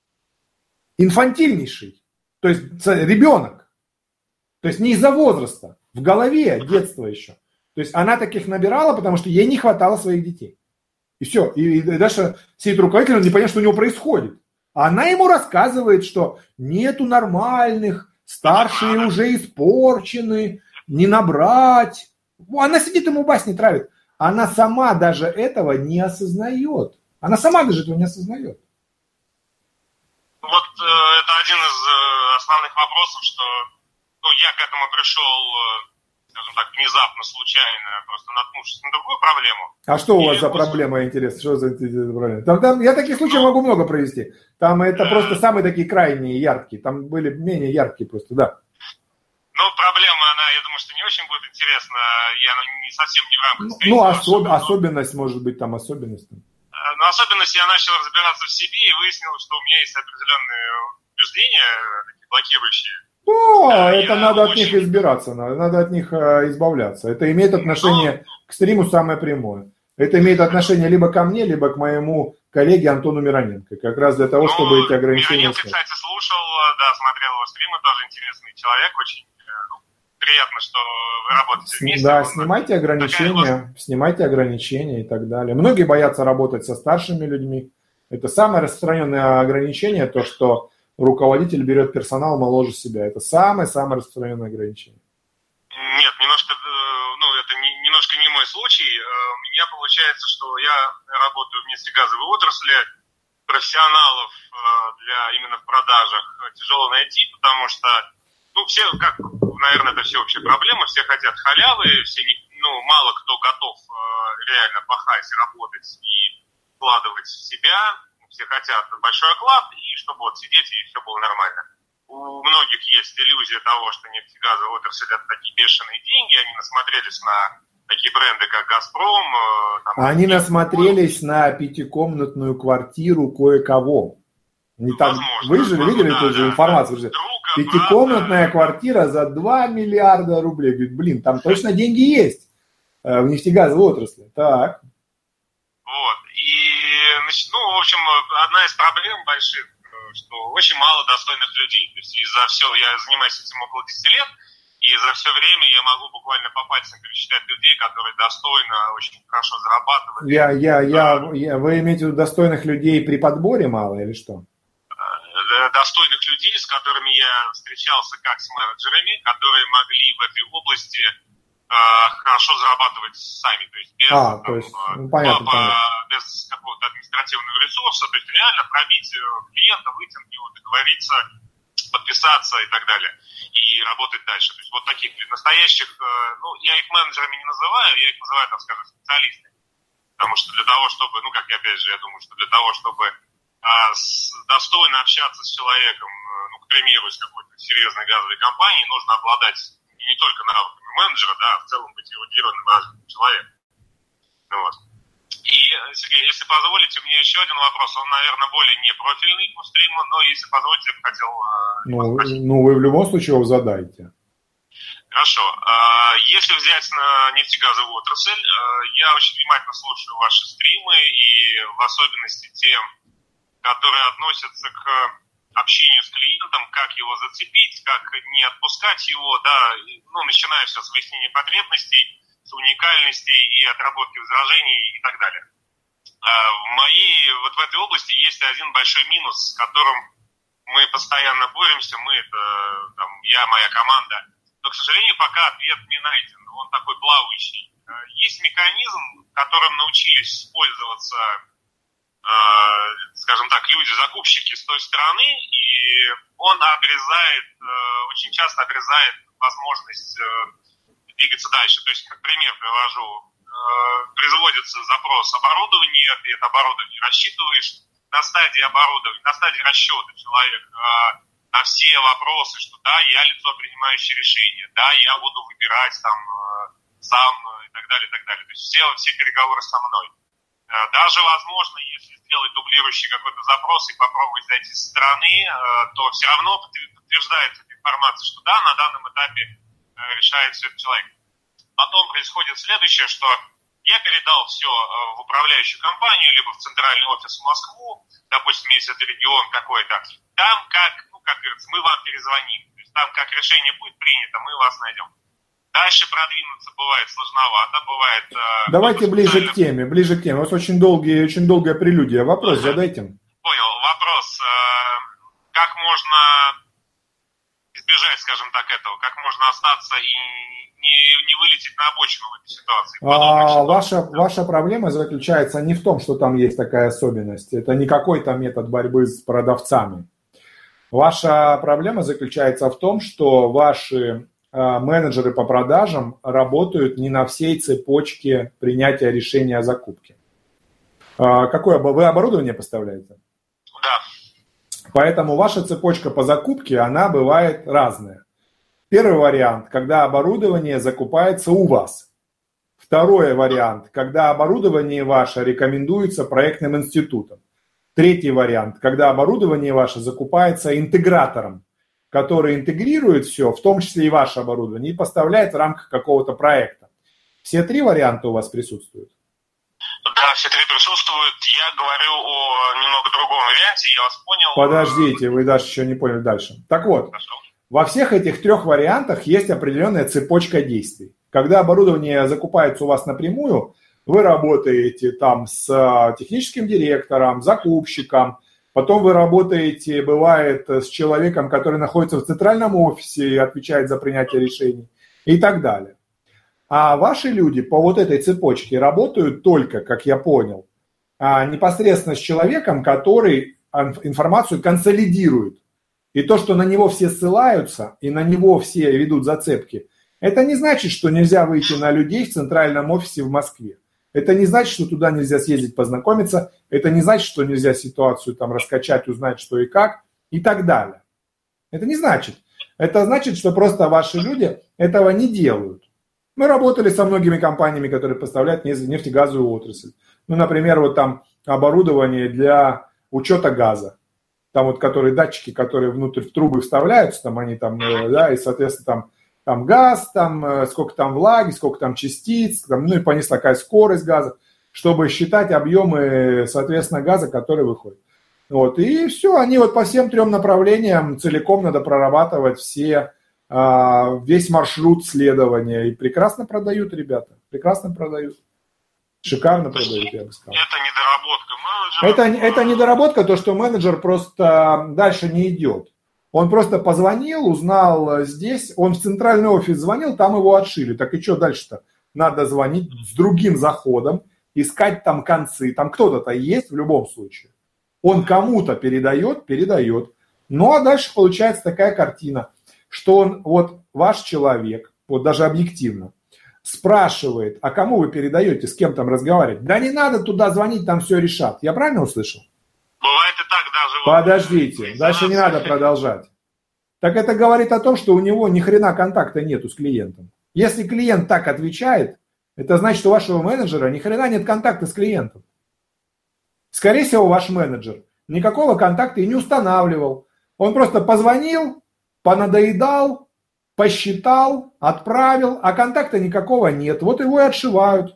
Инфантильнейший. То есть ребенок. То есть не из-за возраста. В голове детство еще. То есть она таких набирала, потому что ей не хватало своих детей. И все. И дальше сидит руководитель, он не понимает, что у него происходит. А она ему рассказывает, что нету нормальных, старшие уже испорчены, не набрать. Она сидит, ему басни травит. Она сама даже этого не осознает. Она сама даже этого не осознает. Вот это один из основных вопросов, что я к этому пришел, скажем так, внезапно, случайно, просто наткнувшись на другую проблему. А что у вас за проблема, интересно? Что за проблема? Там, я таких случаев могу много провести. Там это просто самые такие крайние, яркие. Там были менее яркие просто, да. Проблема, она, я думаю, что не очень будет интересна. Я не совсем не в рамках... Особенность, может быть, там особенность. Особенность я начал разбираться в себе и выяснил, что у меня есть определенные убеждения, блокирующие. Это надо от них избираться, надо от них избавляться. Это имеет отношение к стриму самое прямое. Это имеет отношение либо ко мне, либо к моему коллеге Антону Мироненко. Как раз для того, чтобы эти ограничения... Мироненко, кстати, слушал, смотрел его стримы, тоже интересный человек, очень приятно, что вы работаете вместе. Да, снимайте ограничения и так далее. Многие боятся работать со старшими людьми. Это самое распространенное ограничение, то, что руководитель берет персонал моложе себя. Это самое-самое распространенное ограничение. Нет, это немножко не мой случай. У меня получается, что я работаю в нефтегазовой отрасли, профессионалов именно в продажах тяжело найти, потому что, все, как, наверное, это всеобщая проблема, все хотят халявы, мало кто готов реально пахать, работать и вкладывать в себя. Все хотят большой оклад, и чтобы сидеть, и все было нормально. У многих есть иллюзия того, что нефтегазовая отрасль – это такие бешеные деньги, они насмотрелись на такие бренды, как «Газпром». Они насмотрелись на пятикомнатную квартиру кое-кого. Вы же видели эту же информацию? Пятикомнатная квартира за 2 миллиарда рублей. Говорит, там точно деньги есть в нефтегазовой отрасли. Так. В общем, одна из проблем больших, что очень мало достойных людей. То есть я занимаюсь этим около 10 лет, и за все время я могу буквально по пальцам пересчитать людей, которые достойно, очень хорошо зарабатывают. Вы имеете в виду достойных людей при подборе мало или что? Достойных людей, с которыми я встречался как с менеджерами, которые могли в этой области хорошо зарабатывать сами, то есть без какого-то административного ресурса, то есть реально пробить клиента, выйти на него, договориться, подписаться и так далее, и работать дальше. То есть вот таких настоящих, я их менеджерами не называю, я их называю, так скажем, специалистами. Потому что для того, чтобы, я думаю, что для того, чтобы достойно общаться с человеком, к примеру, из какой-то серьезной газовой компании, нужно обладать не только навыками менеджера, а в целом быть эрудированным развитым человеком. И, Сергей, если позволите, у меня еще один вопрос. Он, наверное, более непрофильный по стриму, но если позволите, я бы хотел... вы в любом случае его задайте. Хорошо. Если взять на нефтегазовую отрасль, я очень внимательно слушаю ваши стримы, и в особенности те, которые относятся к общению с клиентом, как его зацепить, как не отпускать его, начиная все с выяснения потребностей, с уникальности и отработки возражений и так далее. В этой области есть один большой минус, с которым мы постоянно боремся, я, моя команда, но, к сожалению, пока ответ не найден, он такой плавающий. Есть механизм, которым научились пользоваться, скажем так, люди-закупщики с той стороны, и он очень часто обрезает возможность двигаться дальше. То есть, как пример привожу, производится запрос оборудования, ты это оборудование рассчитываешь на стадии оборудования, на стадии расчета человек на все вопросы, что да, я лицо, принимающее решение, да, я буду выбирать сам и так далее, и так далее. То есть все переговоры со мной. Даже, возможно, если сделать дублирующий какой-то запрос и попробовать зайти со стороны, то все равно подтверждается эта информация, что да, на данном этапе решает все это человек. Потом происходит следующее, что я передал все в управляющую компанию, либо в центральный офис в Москву, допустим, если это регион какой-то, там как говорится, мы вам перезвоним. То есть там как решение будет принято, мы вас найдем. Дальше продвинуться бывает сложновато, бывает... Давайте ближе к теме. У вас очень долгая прелюдия. Вопрос задайте. Понял. Вопрос. Как можно избежать, скажем так, этого? Как можно остаться и не вылететь на обочину в этой ситуации? Ваша проблема заключается не в том, что там есть такая особенность. Это не какой-то метод борьбы с продавцами. Ваша проблема заключается в том, что ваши менеджеры по продажам работают не на всей цепочке принятия решения о закупке. Какое вы оборудование поставляете? Да. Поэтому ваша цепочка по закупке, она бывает разная. Первый вариант, когда оборудование закупается у вас. Второй вариант, когда оборудование ваше рекомендуется проектным институтом. Третий вариант, когда оборудование ваше закупается интегратором, который интегрирует все, в том числе и ваше оборудование, и поставляет в рамках какого-то проекта. Все три варианта у вас присутствуют? Да, все три присутствуют. Я говорю о немного другом варианте, я вас понял. Подождите, вы даже еще не поняли дальше. Так вот, Хорошо. Во всех этих трех вариантах есть определенная цепочка действий. Когда оборудование закупается у вас напрямую, вы работаете там с техническим директором, закупщиком, потом вы работаете, бывает, с человеком, который находится в центральном офисе и отвечает за принятие решений и так далее. А ваши люди по вот этой цепочке работают только, как я понял, непосредственно с человеком, который информацию консолидирует. И то, что на него все ссылаются и на него все ведут зацепки, это не значит, что нельзя выйти на людей в центральном офисе в Москве. Это не значит, что туда нельзя съездить познакомиться. Это не значит, что нельзя ситуацию там раскачать, узнать, что и как, и так далее. Это не значит. Это значит, что просто ваши люди этого не делают. Мы работали со многими компаниями, которые поставляют нефтегазовую отрасль. Ну, например, вот там оборудование для учета газа. Там вот которые датчики, которые внутрь в трубы вставляются, там они там, да, и, соответственно, там газ, там сколько там влаги, сколько там частиц, там, ну и понесла такая скорость газа, чтобы считать объемы, соответственно, газа, который выходит. Вот, и все, они вот по всем трем направлениям целиком надо прорабатывать весь маршрут следования. И прекрасно продают, ребята, прекрасно продают. Шикарно продают, я бы сказал. Это недоработка менеджера. Это недоработка, то, что менеджер просто дальше не идет. Он просто позвонил, узнал здесь, он в центральный офис звонил, там его отшили. Так и что дальше-то? Надо звонить с другим заходом, искать там концы. Там кто-то-то есть в любом случае. Он кому-то передает. Ну, а дальше получается такая картина, что он, вот ваш человек, вот даже объективно, спрашивает, а кому вы передаете, с кем там разговаривать? Да не надо туда звонить, там все решат. Я правильно услышал? Бывает и так даже. Подождите, дальше не надо продолжать. Так это говорит о том, что у него ни хрена контакта нету с клиентом. Если клиент так отвечает, это значит, что у вашего менеджера ни хрена нет контакта с клиентом. Скорее всего, ваш менеджер никакого контакта и не устанавливал. Он просто позвонил, понадоедал, посчитал, отправил, а контакта никакого нет. Вот его и отшивают.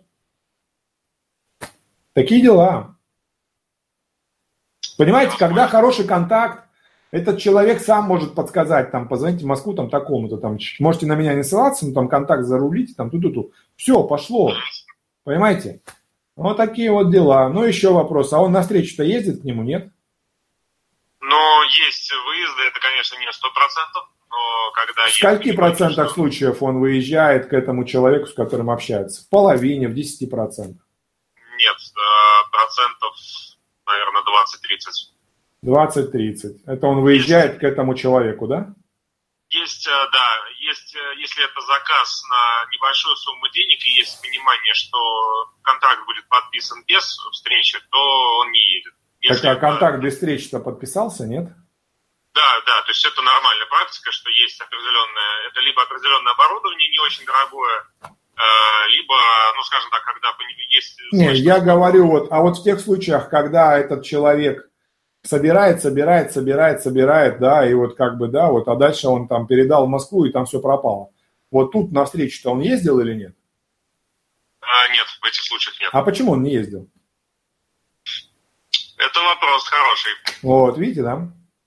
Такие дела. Понимаете, когда хороший контакт, этот человек сам может подсказать, там, позвоните в Москву, там, такому-то, там, можете на меня не ссылаться, но там контакт зарулите, там, ту-ту-ту. Все, пошло. Понимаете? Вот такие вот дела. Ну, еще вопрос. А он на встречу-то ездит к нему, нет? Ну, есть выезды, это, конечно, не 100%, но когда... В скольки процентах случаев он выезжает к этому человеку, с которым общается? В половине, в 10%? Нет, процентов, наверное, 20-30. 20-30. Это он выезжает к этому человеку, да? Есть, да, есть, если это заказ на небольшую сумму денег и есть понимание, что контракт будет подписан без встречи, то он не едет. Так, а контакт без встречи-то подписался, нет? Да, то есть это нормальная практика, что есть определенное, это либо определенное оборудование не очень дорогое, либо, ну, скажем так, когда есть... Не, я говорю, вот, а вот в тех случаях, когда этот человек собирает, да, и вот как бы, да, вот, а дальше он там передал в Москву, и там все пропало. Вот тут на встречу-то он ездил или нет? Нет, в этих случаях нет. А почему он не ездил? Это вопрос хороший. Вот, видите, да?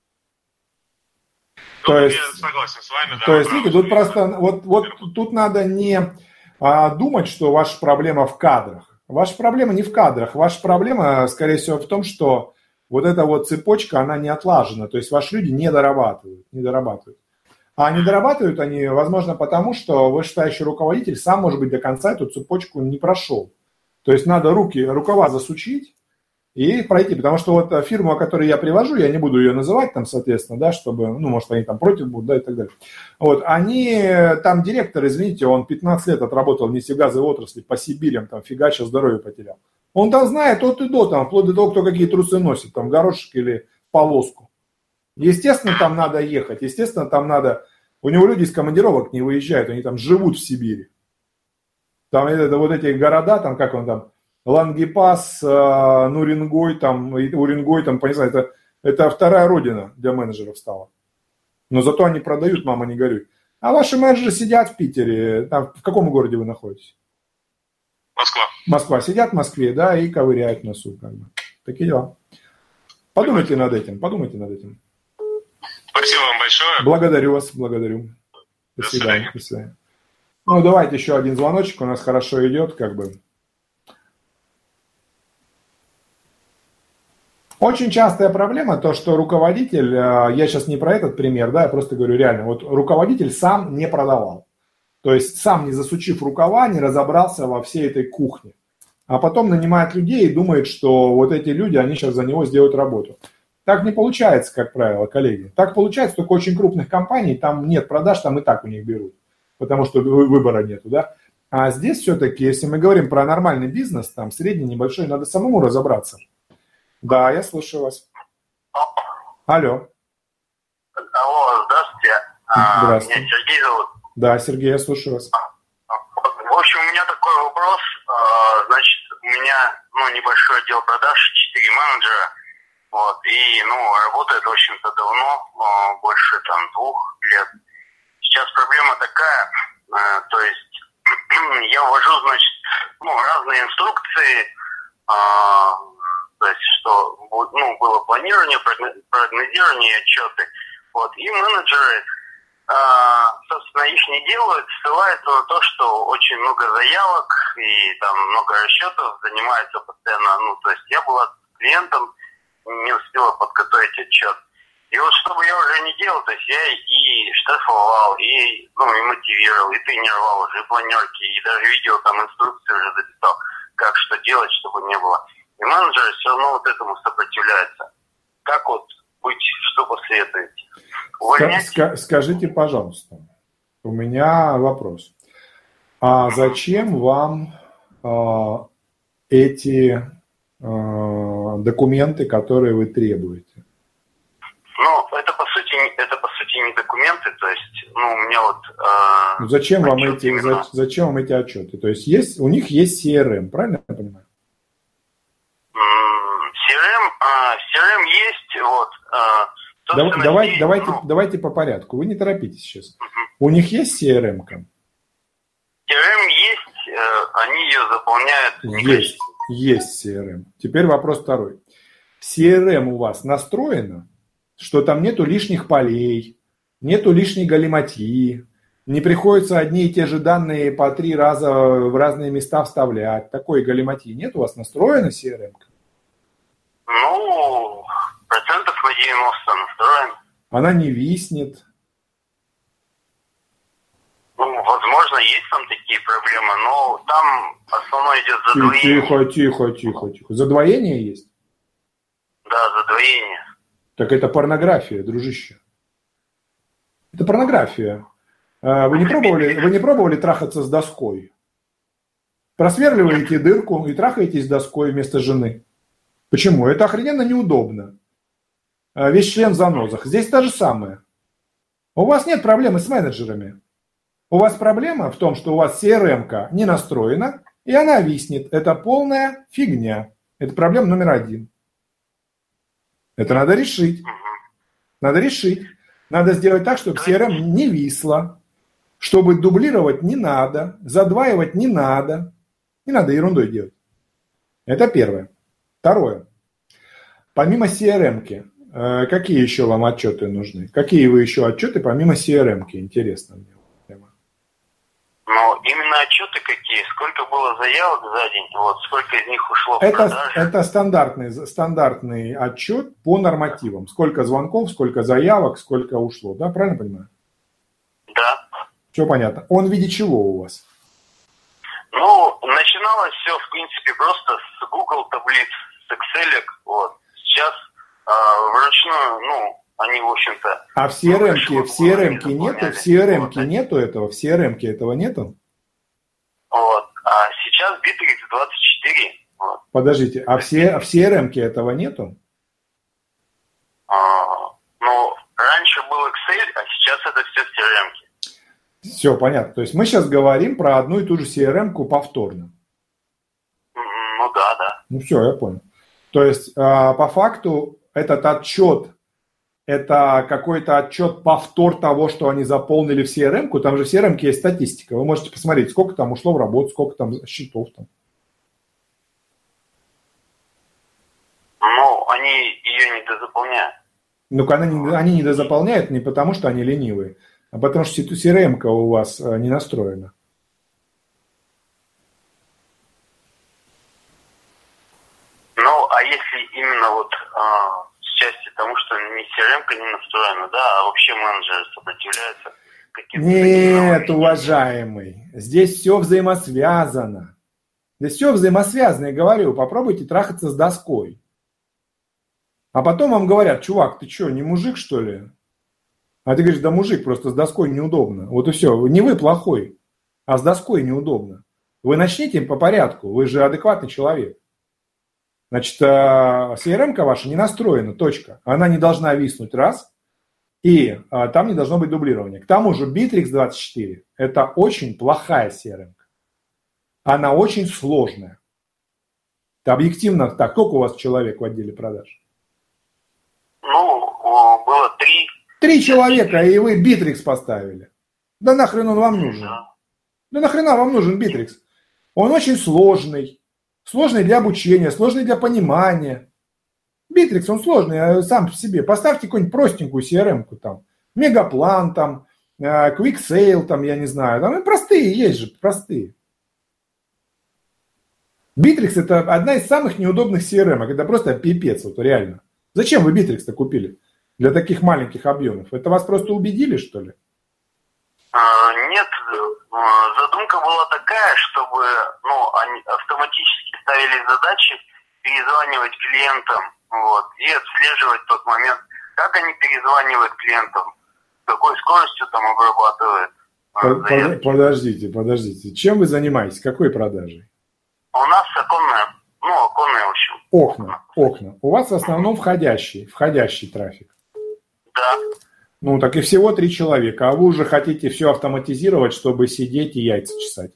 Ну, То есть, я согласен с вами, да. То есть, видите, тут просто, вот тут надо не думать, что ваша проблема в кадрах. Ваша проблема не в кадрах, ваша проблема, скорее всего, в том, что вот эта вот цепочка, она не отлажена, то есть ваши люди не дорабатывают. А не дорабатывают они, возможно, потому что вышестоящий руководитель сам, может быть, до конца эту цепочку не прошел. То есть надо рукава засучить и пройти, потому что вот фирму, о которой я привожу, я не буду ее называть там, соответственно, да, чтобы, ну, может, они там против будут, да, и так далее. Вот, они, там директор, извините, он 15 лет отработал в нефтегазовой отрасли, по Сибирям, там, фигачил, здоровье потерял. Он там знает от и до, там, вплоть до того, кто какие трусы носит, там, горошек или полоску. Естественно, там надо ехать, естественно, там надо... У него люди из командировок не выезжают, они там живут в Сибири. Там это вот эти города, там, как он там, Лангепас, Нуренгой, там, Уренгой, там, не знаю, это вторая родина для менеджеров стала. Но зато они продают, мама, не горюй. А ваши менеджеры сидят в Питере. Там, в каком городе вы находитесь? Москва. Сидят в Москве, да, и ковыряют носу. Как бы. Такие дела. Подумайте над этим. Спасибо вам большое. Благодарю вас, благодарю. До свидания. Ну, давайте еще один звоночек. У нас хорошо идет, как бы. Очень частая проблема то, что руководитель, я сейчас не про этот пример, да, я просто говорю реально, вот руководитель сам не продавал. То есть сам, не засучив рукава, не разобрался во всей этой кухне. А потом нанимает людей и думает, что вот эти люди, они сейчас за него сделают работу. Так не получается, как правило, коллеги. Так получается только у очень крупных компаний, там нет продаж, там и так у них берут. Потому что выбора нету, да. А здесь все-таки, если мы говорим про нормальный бизнес, там средний, небольшой, надо самому разобраться. Да, я слушаю вас. Алло. Алло, здравствуйте. Здравствуйте. Меня Сергей зовут. Да, Сергей, я слушаю вас. В общем, у меня такой вопрос. Значит, у меня небольшой отдел продаж, 4 менеджера. Вот, и, работает, в общем-то, давно, больше, 2 лет. Сейчас проблема такая, то есть, я ввожу, значит, разные инструкции, то есть, что, было планирование, прогнозирование, отчеты. Вот, и менеджеры, собственно, их не делают, ссылаются на то, что очень много заявок и там много расчетов, занимаются постоянно, то есть, я была клиентом, не успела подготовить отчет. И вот чтобы я уже не делал, то есть я и штрафовал, и мотивировал, и тренировал уже, и планерки, и даже видео, там инструкции уже записал, как что делать, чтобы не было. И менеджеры все равно вот этому сопротивляются. Как вот быть, что посоветуете? Увольнять? Скажите, пожалуйста, у меня вопрос. А зачем вам эти документы, которые вы требуете? Это по сути не документы, то есть, у меня вот... Зачем вам эти отчеты? То есть у них есть CRM, правильно я понимаю? CRM есть, вот. Давайте по порядку. Вы не торопитесь сейчас. У них есть CRM-ка? CRM есть, они ее заполняют. Есть CRM. Теперь вопрос второй. CRM у вас настроено, что там нету лишних полей, нету лишней галиматьи, не приходится одни и те же данные по 3 раза в разные места вставлять. Такой галиматьи нет у вас настроена CRM-ка? Процентов на 90 настроен. Она не виснет. Возможно, есть там такие проблемы, но там основное идет задвоение. Тихо. Задвоение есть? Да, задвоение. Так это порнография, дружище. Это порнография. Вы не пробовали трахаться с доской? Просверливаете дырку и трахаетесь с доской вместо жены. Почему? Это охрененно неудобно. Весь член в занозах. Здесь то же самое. У вас нет проблемы с менеджерами. У вас проблема в том, что у вас CRM-ка не настроена, и она виснет. Это полная фигня. Это проблема номер 1. Это надо решить. Надо решить. Надо сделать так, чтобы CRM не висла. Чтобы дублировать не надо. Задваивать не надо. Не надо ерундой делать. Это первое. Второе. Помимо CRM-ки, какие еще вам отчеты нужны? Какие вы еще отчеты помимо CRM-ки? Интересно мне. Ну, именно отчеты какие? Сколько было заявок за день? Вот, сколько из них ушло в продажи? Это стандартный отчет по нормативам. Сколько звонков, сколько заявок, сколько ушло. Да, правильно понимаю? Да. Все понятно. Он в виде чего у вас? Ну, начиналось все, в принципе, просто с Google таблиц, с Excel. Вот. Сейчас вручную, ну, они, в общем-то... А в CRM-ке нету? В CRM-ке нету этого? В CRM-ке этого нету? Вот. А сейчас Bittrex 24. Вот. Подождите, а в CRM-ке этого нету? Ну, раньше был Excel, а сейчас это все в CRM-ке. Все, понятно. То есть мы сейчас говорим про одну и ту же CRM-ку повторно. Ну да. Ну все, я понял. То есть по факту этот отчет, это какой-то отчет повтор того, что они заполнили в CRM-ку. Там же в CRM-ке есть статистика. Вы можете посмотреть, сколько там ушло в работу, сколько там счетов там. Ну, они ее не дозаполняют. Ну, они не дозаполняют не потому, что они ленивые, а потому что CRM-ка у вас не настроена. Ну, а если именно вот с части тому, что не CRM-ка не настроена, да, а вообще менеджеры сопротивляются каким-то... Нет, уважаемый, здесь все взаимосвязано. Здесь все взаимосвязано, я говорю, попробуйте трахаться с доской. А потом вам говорят, чувак, ты что, не мужик, что ли? А ты говоришь, да мужик, просто с доской неудобно. Вот и все, не вы плохой, а с доской неудобно. Вы начните по порядку, вы же адекватный человек. Значит, CRM-ка ваша не настроена, точка. Она не должна виснуть, раз. И там не должно быть дублирования. К тому же Bittrex 24 – это очень плохая CRM-ка. Она очень сложная. Это объективно так. Сколько у вас человек в отделе продаж? Ну, было 3. 3 человека, и вы Bittrex поставили. Да нахрен он вам нужен? Да нахрена вам нужен Bittrex? Он очень сложный. Сложный для обучения, сложный для понимания. Bittrex, он сложный сам по себе. Поставьте какую-нибудь простенькую CRM-ку там. Мегаплан там, QuickSale там, я не знаю. Там простые есть же, простые. Bittrex это одна из самых неудобных CRM-ок. Это просто пипец, вот реально. Зачем вы Bittrex-то купили для таких маленьких объемов? Это вас просто убедили, что ли? Нет, задумка была такая, чтобы они автоматически ставили задачи перезванивать клиентам, вот, и отслеживать тот момент, как они перезванивают клиентам, с какой скоростью там обрабатывают. Подождите. Чем вы занимаетесь? Какой продажей? У нас оконные, в общем. Окна. У вас в основном входящий трафик. Да. Ну, так и всего 3 человека, а вы уже хотите все автоматизировать, чтобы сидеть и яйца чесать.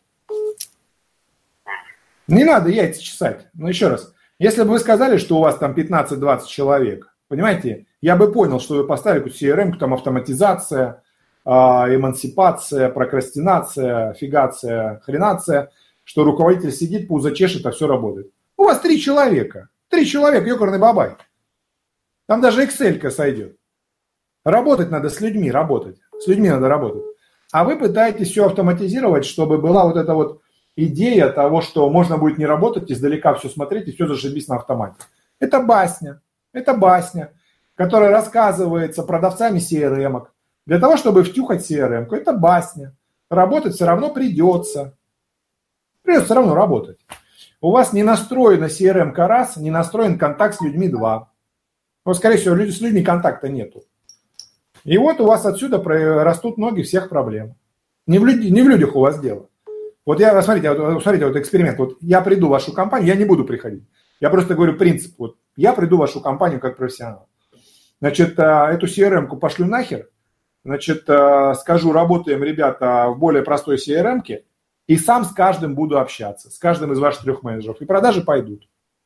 Не надо яйца чесать. Но еще раз, если бы вы сказали, что у вас там 15-20 человек, понимаете, я бы понял, что вы поставили какую-то CRM, там автоматизация, эмансипация, прокрастинация, фигация, хренация, что руководитель сидит, пузо чешет, а все работает. У вас 3 человека. 3 человека, ёкарный бабай. Там даже Excel-ка сойдет. Работать надо с людьми, С людьми надо работать. А вы пытаетесь все автоматизировать, чтобы была вот эта вот идея того, что можно будет не работать, издалека все смотреть и все зашибись на автомате. Это басня, которая рассказывается продавцами CRM-ок. Для того, чтобы втюхать CRM-ку, это басня. Работать все равно придется. Придется все равно работать. У вас не настроена CRM-ка раз, не настроен контакт с людьми 2. Вот, скорее всего, с людьми контакта нету. И вот у вас отсюда растут ноги всех проблем. Не в людях у вас дело. Вот смотрите, вот эксперимент. Вот я приду в вашу компанию, я не буду приходить. Я просто говорю принцип. Вот я приду в вашу компанию как профессионал. Значит, эту CRM-ку пошлю нахер, Значит, скажу, работаем, ребята, в более простой CRM-ке, и сам с каждым буду общаться, с каждым из ваших 3 менеджеров, и продажи пойдут.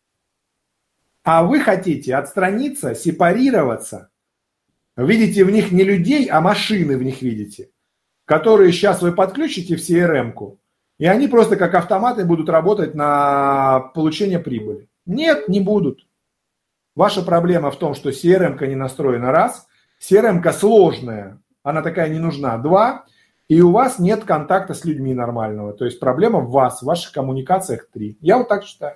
А вы хотите отстраниться, сепарироваться, видите в них не людей, а машины в них видите, которые сейчас вы подключите в CRM-ку, и они просто как автоматы будут работать на получение прибыли. Нет, не будут. Ваша проблема в том, что CRM-ка не настроена, раз, CRM-ка сложная, она такая не нужна, 2, и у вас нет контакта с людьми нормального. То есть проблема в вас, в ваших коммуникациях 3. Я вот так считаю.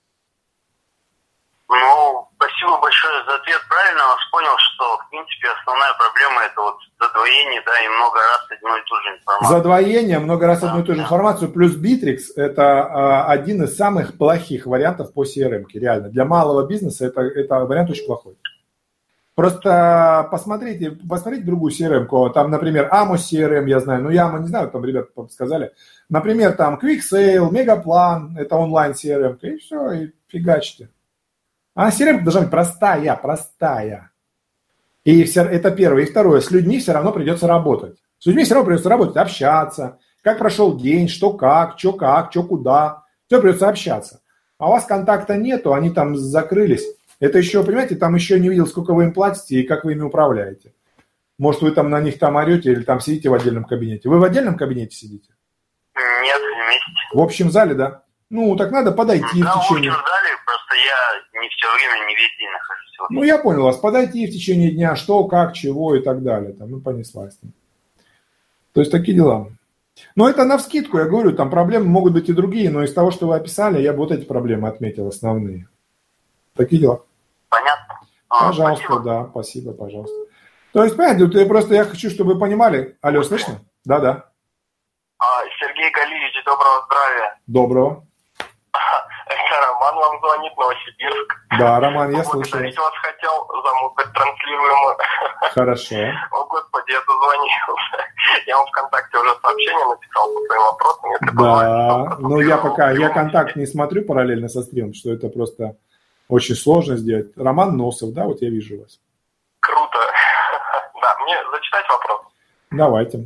Ну, спасибо большое за ответ. Правильно вас понял, что, в принципе, основная проблема это вот задвоение, да, и много раз одну и ту же информацию. Задвоение, много раз одну и ту же информацию, плюс Bittrex – это один из самых плохих вариантов по CRM-ке, реально. Для малого бизнеса это вариант очень плохой. Просто посмотрите другую CRM-ку, там, например, Amos CRM, я знаю, Яма не знаю, там ребята сказали. Например, там QuickSale, Мегаплан, это онлайн CRM-ка, и все, и фигачьте. А CRM должна быть простая. И это первое. И второе, с людьми все равно придется работать. С людьми все равно придется работать, общаться. Как прошел день, что как, что куда. Все придется общаться. А у вас контакта нету, они там закрылись. Это еще, понимаете, там еще не видел, сколько вы им платите и как вы ими управляете. Может, вы там на них там орете или там сидите в отдельном кабинете. Вы в отдельном кабинете сидите? Нет, вместе. В общем зале, да? Ну, так надо подойти в течение... в общем зале, просто я не все время, не весь день нахожусь. Ну, я понял вас. Подойти в течение дня, что, как, чего и так далее. Там, понеслась. То есть, такие дела. Но это навскидку, я говорю, там проблемы могут быть и другие, но из того, что вы описали, я бы вот эти проблемы отметил, основные. Такие дела. Понятно. Пожалуйста, спасибо. Да, спасибо, пожалуйста. То есть, понимаете, я хочу, чтобы вы понимали. Алло, слышно? Да. Сергей Галиевич, доброго здравия. Доброго. Это Роман вам звонит, Новосибирск. Да, Роман, я слушаю. Благодарить вас хотел за музыку транслируемую. Хорошо. О, Господи, я дозвонился. Я вам ВКонтакте уже сообщение написал по своим вопросам. Да, но я контакт не смотрю параллельно со стримом, что это просто очень сложно сделать. Роман Носов, да, вот я вижу вас. Круто. Да, мне зачитать вопрос? Давайте.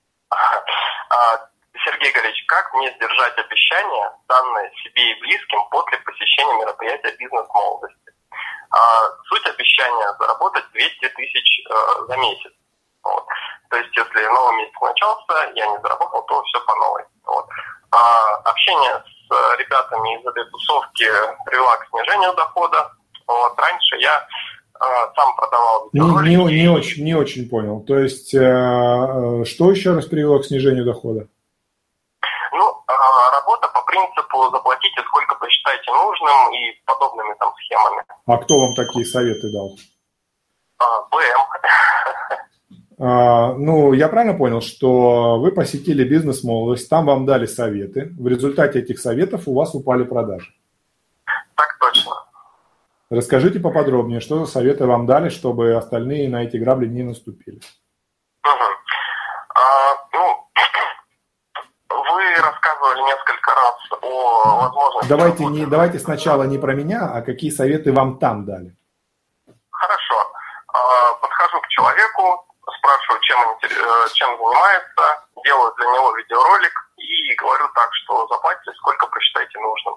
Сергей Галич, как мне сдержать обещание, данное себе и близким после посещения мероприятия «Бизнес-молодости»? Суть обещания – заработать 200 тысяч за месяц. Вот. То есть, если новый месяц начался, я не заработал, то все по новой. Вот. Общение с ребятами из этой тусовки привело к снижению дохода. Вот. Раньше я сам продавал видеоролики. Не очень понял. То есть, что еще раз привело к снижению дохода? Работа по принципу заплатите сколько посчитаете нужным и подобными там схемами. А кто вам такие советы дал? БМ. Я правильно понял, что вы посетили «Бизнес-молодость», там вам дали советы, в результате этих советов у вас упали продажи? Так точно. Расскажите поподробнее, что за советы вам дали, чтобы остальные на эти грабли не наступили. Вы рассказывали несколько раз о возможности... Давайте сначала не про меня, а какие советы вам там дали. Хорошо. Подхожу к человеку, спрашиваю, чем занимается, делаю для него видеоролик и говорю так, что заплатите, сколько посчитаете нужным.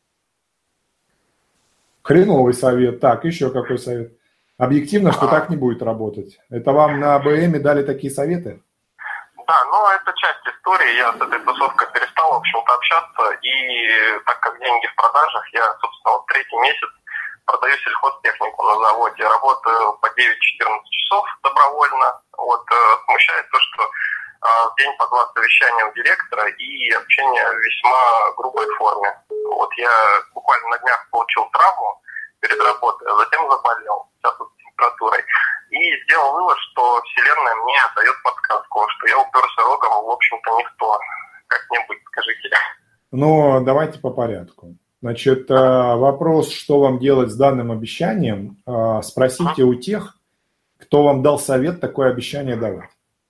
Хреновый совет. Так, еще какой совет? Объективно, что так не будет работать. Это вам на БМе дали такие советы? Да, это часть истории. Я с этой тусовкой перестал, в общем-то, общаться. И так как деньги в продажах, я, собственно, вот 3-й месяц продаю сельхозтехнику на заводе. Работаю по 9-14 часов добровольно. Вот, смущает то, что в день по 2 совещания у директора и общение в весьма грубой форме. Вот я буквально на днях получил травму перед работой, а затем заболел. Сейчас вот с температурой. И сделал вывод, что Вселенная мне дает подсказку, что я уперся рогом, в общем-то, не в то. Как-нибудь скажите. Давайте по порядку. Значит, вопрос, что вам делать с данным обещанием, спросите у тех, кто вам дал совет такое обещание давать.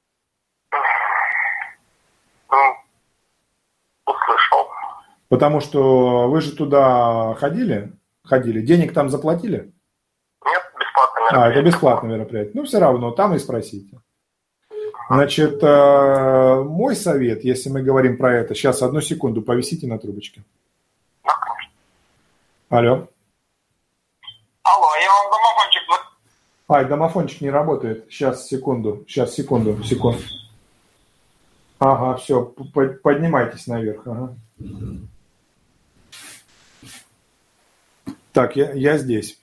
Услышал. Потому что вы же туда ходили? Денег там заплатили? Нет, бесплатное мероприятие. Это бесплатное мероприятие. Все равно, там и спросите. Значит, мой совет, если мы говорим про это, сейчас, одну секунду, повисите на трубочке. Алло. Алло, я вам домофончик... Ай, домофончик не работает. Сейчас, секунду. Ага, все, поднимайтесь наверх. Ага. Так, я здесь.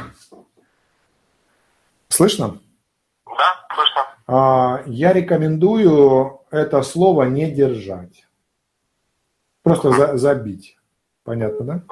Слышно? Да, слышно. Я рекомендую это слово не держать. Просто забить. Понятно, да?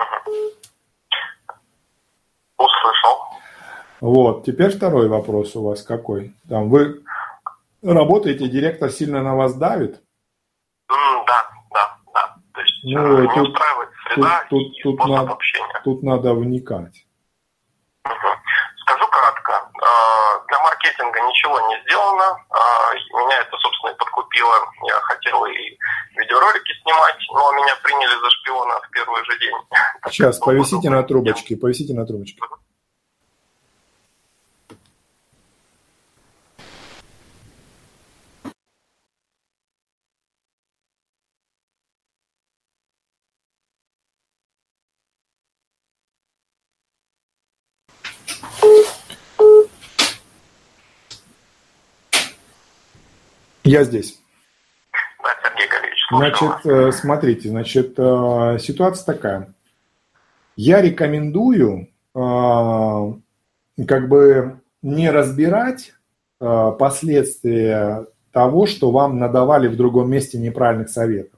Услышал. Вот, теперь второй вопрос у вас какой? Там вы работаете, директор сильно на вас давит? Да. То есть не устраивает среда и способ общения. Тут надо вникать. Скажу кратко. Для маркетинга ничего не сделано. Меня это, собственно, и подкупило. Я хотел и видеоролики снимать, но меня приняли за шпиона в первый же день. Сейчас, повисите на трубочке. Я здесь. Да, Сергей Галерьевич. Значит, смотрите, ситуация такая. Я рекомендую как бы не разбирать последствия того, что вам надавали в другом месте неправильных советов.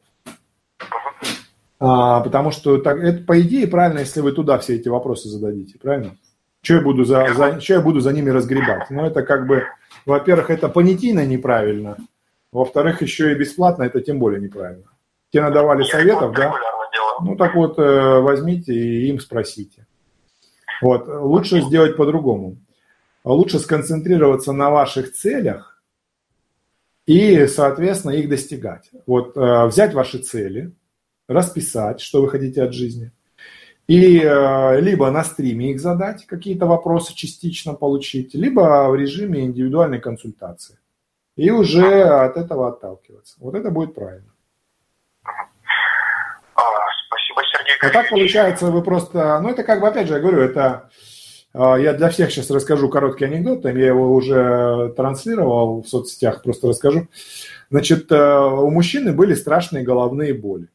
Потому что это, по идее, правильно, если вы туда все эти вопросы зададите, правильно? Что я буду за ними разгребать? Ну, это как бы, во-первых, это понятийно неправильно. Во-вторых, еще и бесплатно, это тем более неправильно. Те надавали советов, да? Ну, так вот, возьмите и им спросите. Вот, лучше сделать по-другому. Лучше сконцентрироваться на ваших целях и, соответственно, их достигать. Вот, взять ваши цели, расписать, что вы хотите от жизни, и либо на стриме их задать, какие-то вопросы частично получить, либо в режиме индивидуальной консультации. И уже от этого отталкиваться. Вот это будет правильно. Спасибо, Сергей. А так получается, вы просто... Ну, это как бы, опять же, я говорю, это... Я для всех сейчас расскажу короткий анекдот, я его уже транслировал в соцсетях, просто расскажу. Значит, у мужчины были страшные головные боли.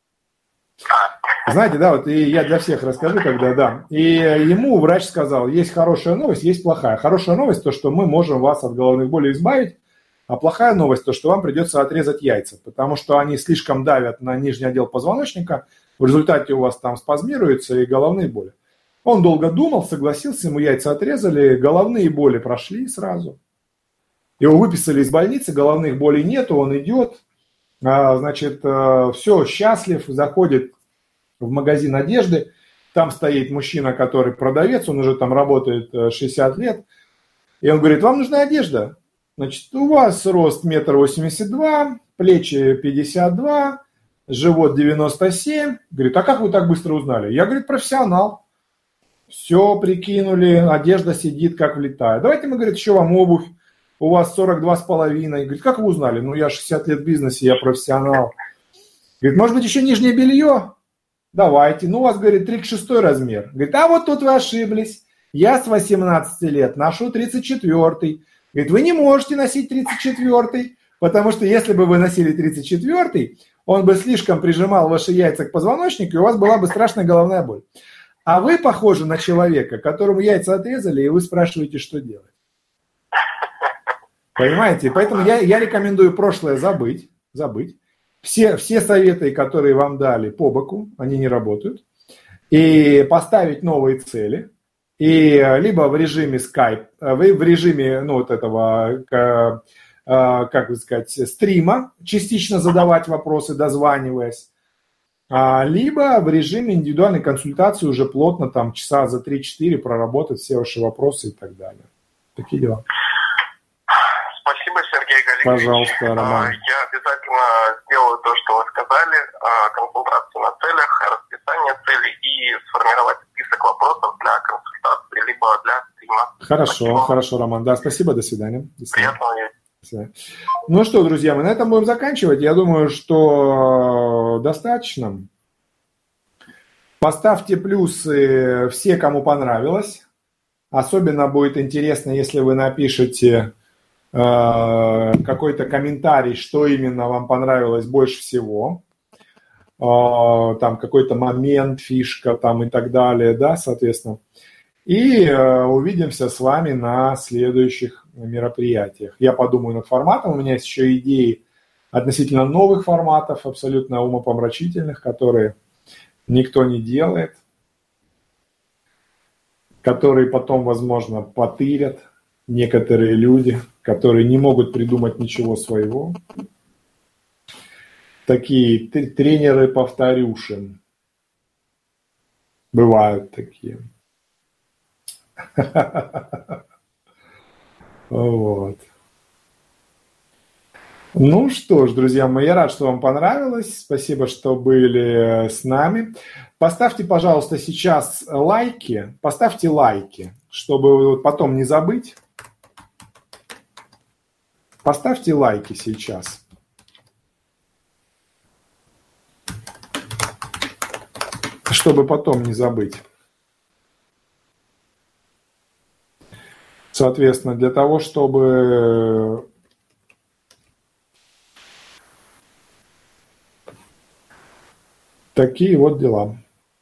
Знаете, да, вот и я для всех расскажу, когда, да. И ему врач сказал, есть хорошая новость, есть плохая. Хорошая новость, то, что мы можем вас от головных болей избавить, а плохая новость, то, что вам придется отрезать яйца, потому что они слишком давят на нижний отдел позвоночника, в результате у вас там спазмируются и головные боли. Он долго думал, согласился, ему яйца отрезали, головные боли прошли сразу. Его выписали из больницы, головных болей нету, он идет, значит, все, счастлив, заходит в магазин одежды, там стоит мужчина, который продавец, он уже там работает 60 лет, и он говорит, вам нужна одежда? Значит, у вас рост 1,82 м, плечи 52, живот 97. Говорит, а как вы так быстро узнали? Я, говорит, профессионал. Все прикинули, одежда сидит как влитая. Давайте мы, говорит, еще вам обувь. У вас 42,5. Говорит, как вы узнали? Ну, я 60 лет в бизнесе, я профессионал. Говорит, может быть, еще нижнее белье? Давайте. Ну, у вас, говорит, 36 размер. Говорит, а вот тут вы ошиблись. Я с 18 лет ношу 34-й. Говорит, вы не можете носить 34-й, потому что если бы вы носили 34-й, он бы слишком прижимал ваши яйца к позвоночнику, и у вас была бы страшная головная боль. А вы похожи на человека, которому яйца отрезали, и вы спрашиваете, что делать. Понимаете? Поэтому я рекомендую прошлое забыть. Все советы, которые вам дали по боку, они не работают. И поставить новые цели. И либо в режиме Skype, в режиме, ну, вот этого, как бы сказать, стрима, частично задавать вопросы, дозваниваясь, либо в режиме индивидуальной консультации уже плотно, там, часа за 3-4 проработать все ваши вопросы и так далее. Такие дела. Спасибо, Сергей Галерьевич. Пожалуйста, Роман. Я обязательно сделаю то, что вы сказали, концентрацию на целях, расписание целей и сформировать список вопросов для консультации, либо для стрима. Хорошо, Роман. Да, спасибо, до свидания. Приятного вечера. До свидания. Ну что, друзья, мы на этом будем заканчивать. Я думаю, что достаточно. Поставьте плюсы все, кому понравилось. Особенно будет интересно, если вы напишете какой-то комментарий, что именно вам понравилось больше всего. Там какой-то момент, фишка там и так далее, да, соответственно. И увидимся с вами на следующих мероприятиях. Я подумаю над форматом. У меня есть еще идеи относительно новых форматов, абсолютно умопомрачительных, которые никто не делает, которые потом, возможно, потырят некоторые люди, которые не могут придумать ничего своего. Такие тренеры-повторюши. Бывают такие. Вот. Ну что ж, друзья мои, я рад, что вам понравилось. Спасибо, что были с нами. Поставьте, пожалуйста, сейчас лайки. Поставьте лайки, чтобы потом не забыть. Поставьте лайки сейчас. Чтобы потом не забыть. Соответственно, для того, чтобы такие вот дела.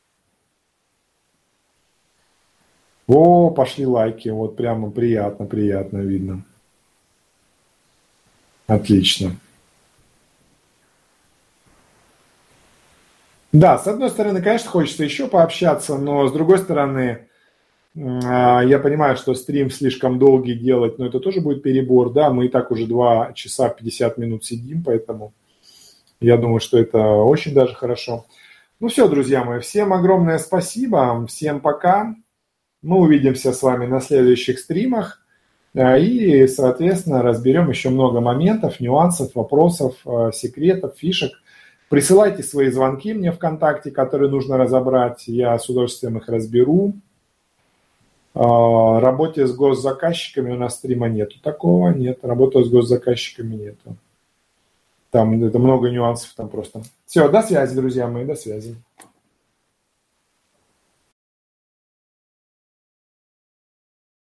О, пошли лайки. Вот прямо приятно видно. Отлично. Да, с одной стороны, конечно, хочется еще пообщаться, но с другой стороны, я понимаю, что стрим слишком долгий делать, но это тоже будет перебор, да, мы и так уже 2 часа 50 минут сидим, поэтому я думаю, что это очень даже хорошо. Ну все, друзья мои, всем огромное спасибо, всем пока, мы увидимся с вами на следующих стримах и, соответственно, разберем еще много моментов, нюансов, вопросов, секретов, фишек. Присылайте свои звонки мне ВКонтакте, которые нужно разобрать, я с удовольствием их разберу. Работе с госзаказчиками у нас стрима нету такого, нет, работы с госзаказчиками нету. Там это много нюансов там просто. Все, до связи, друзья мои, до связи.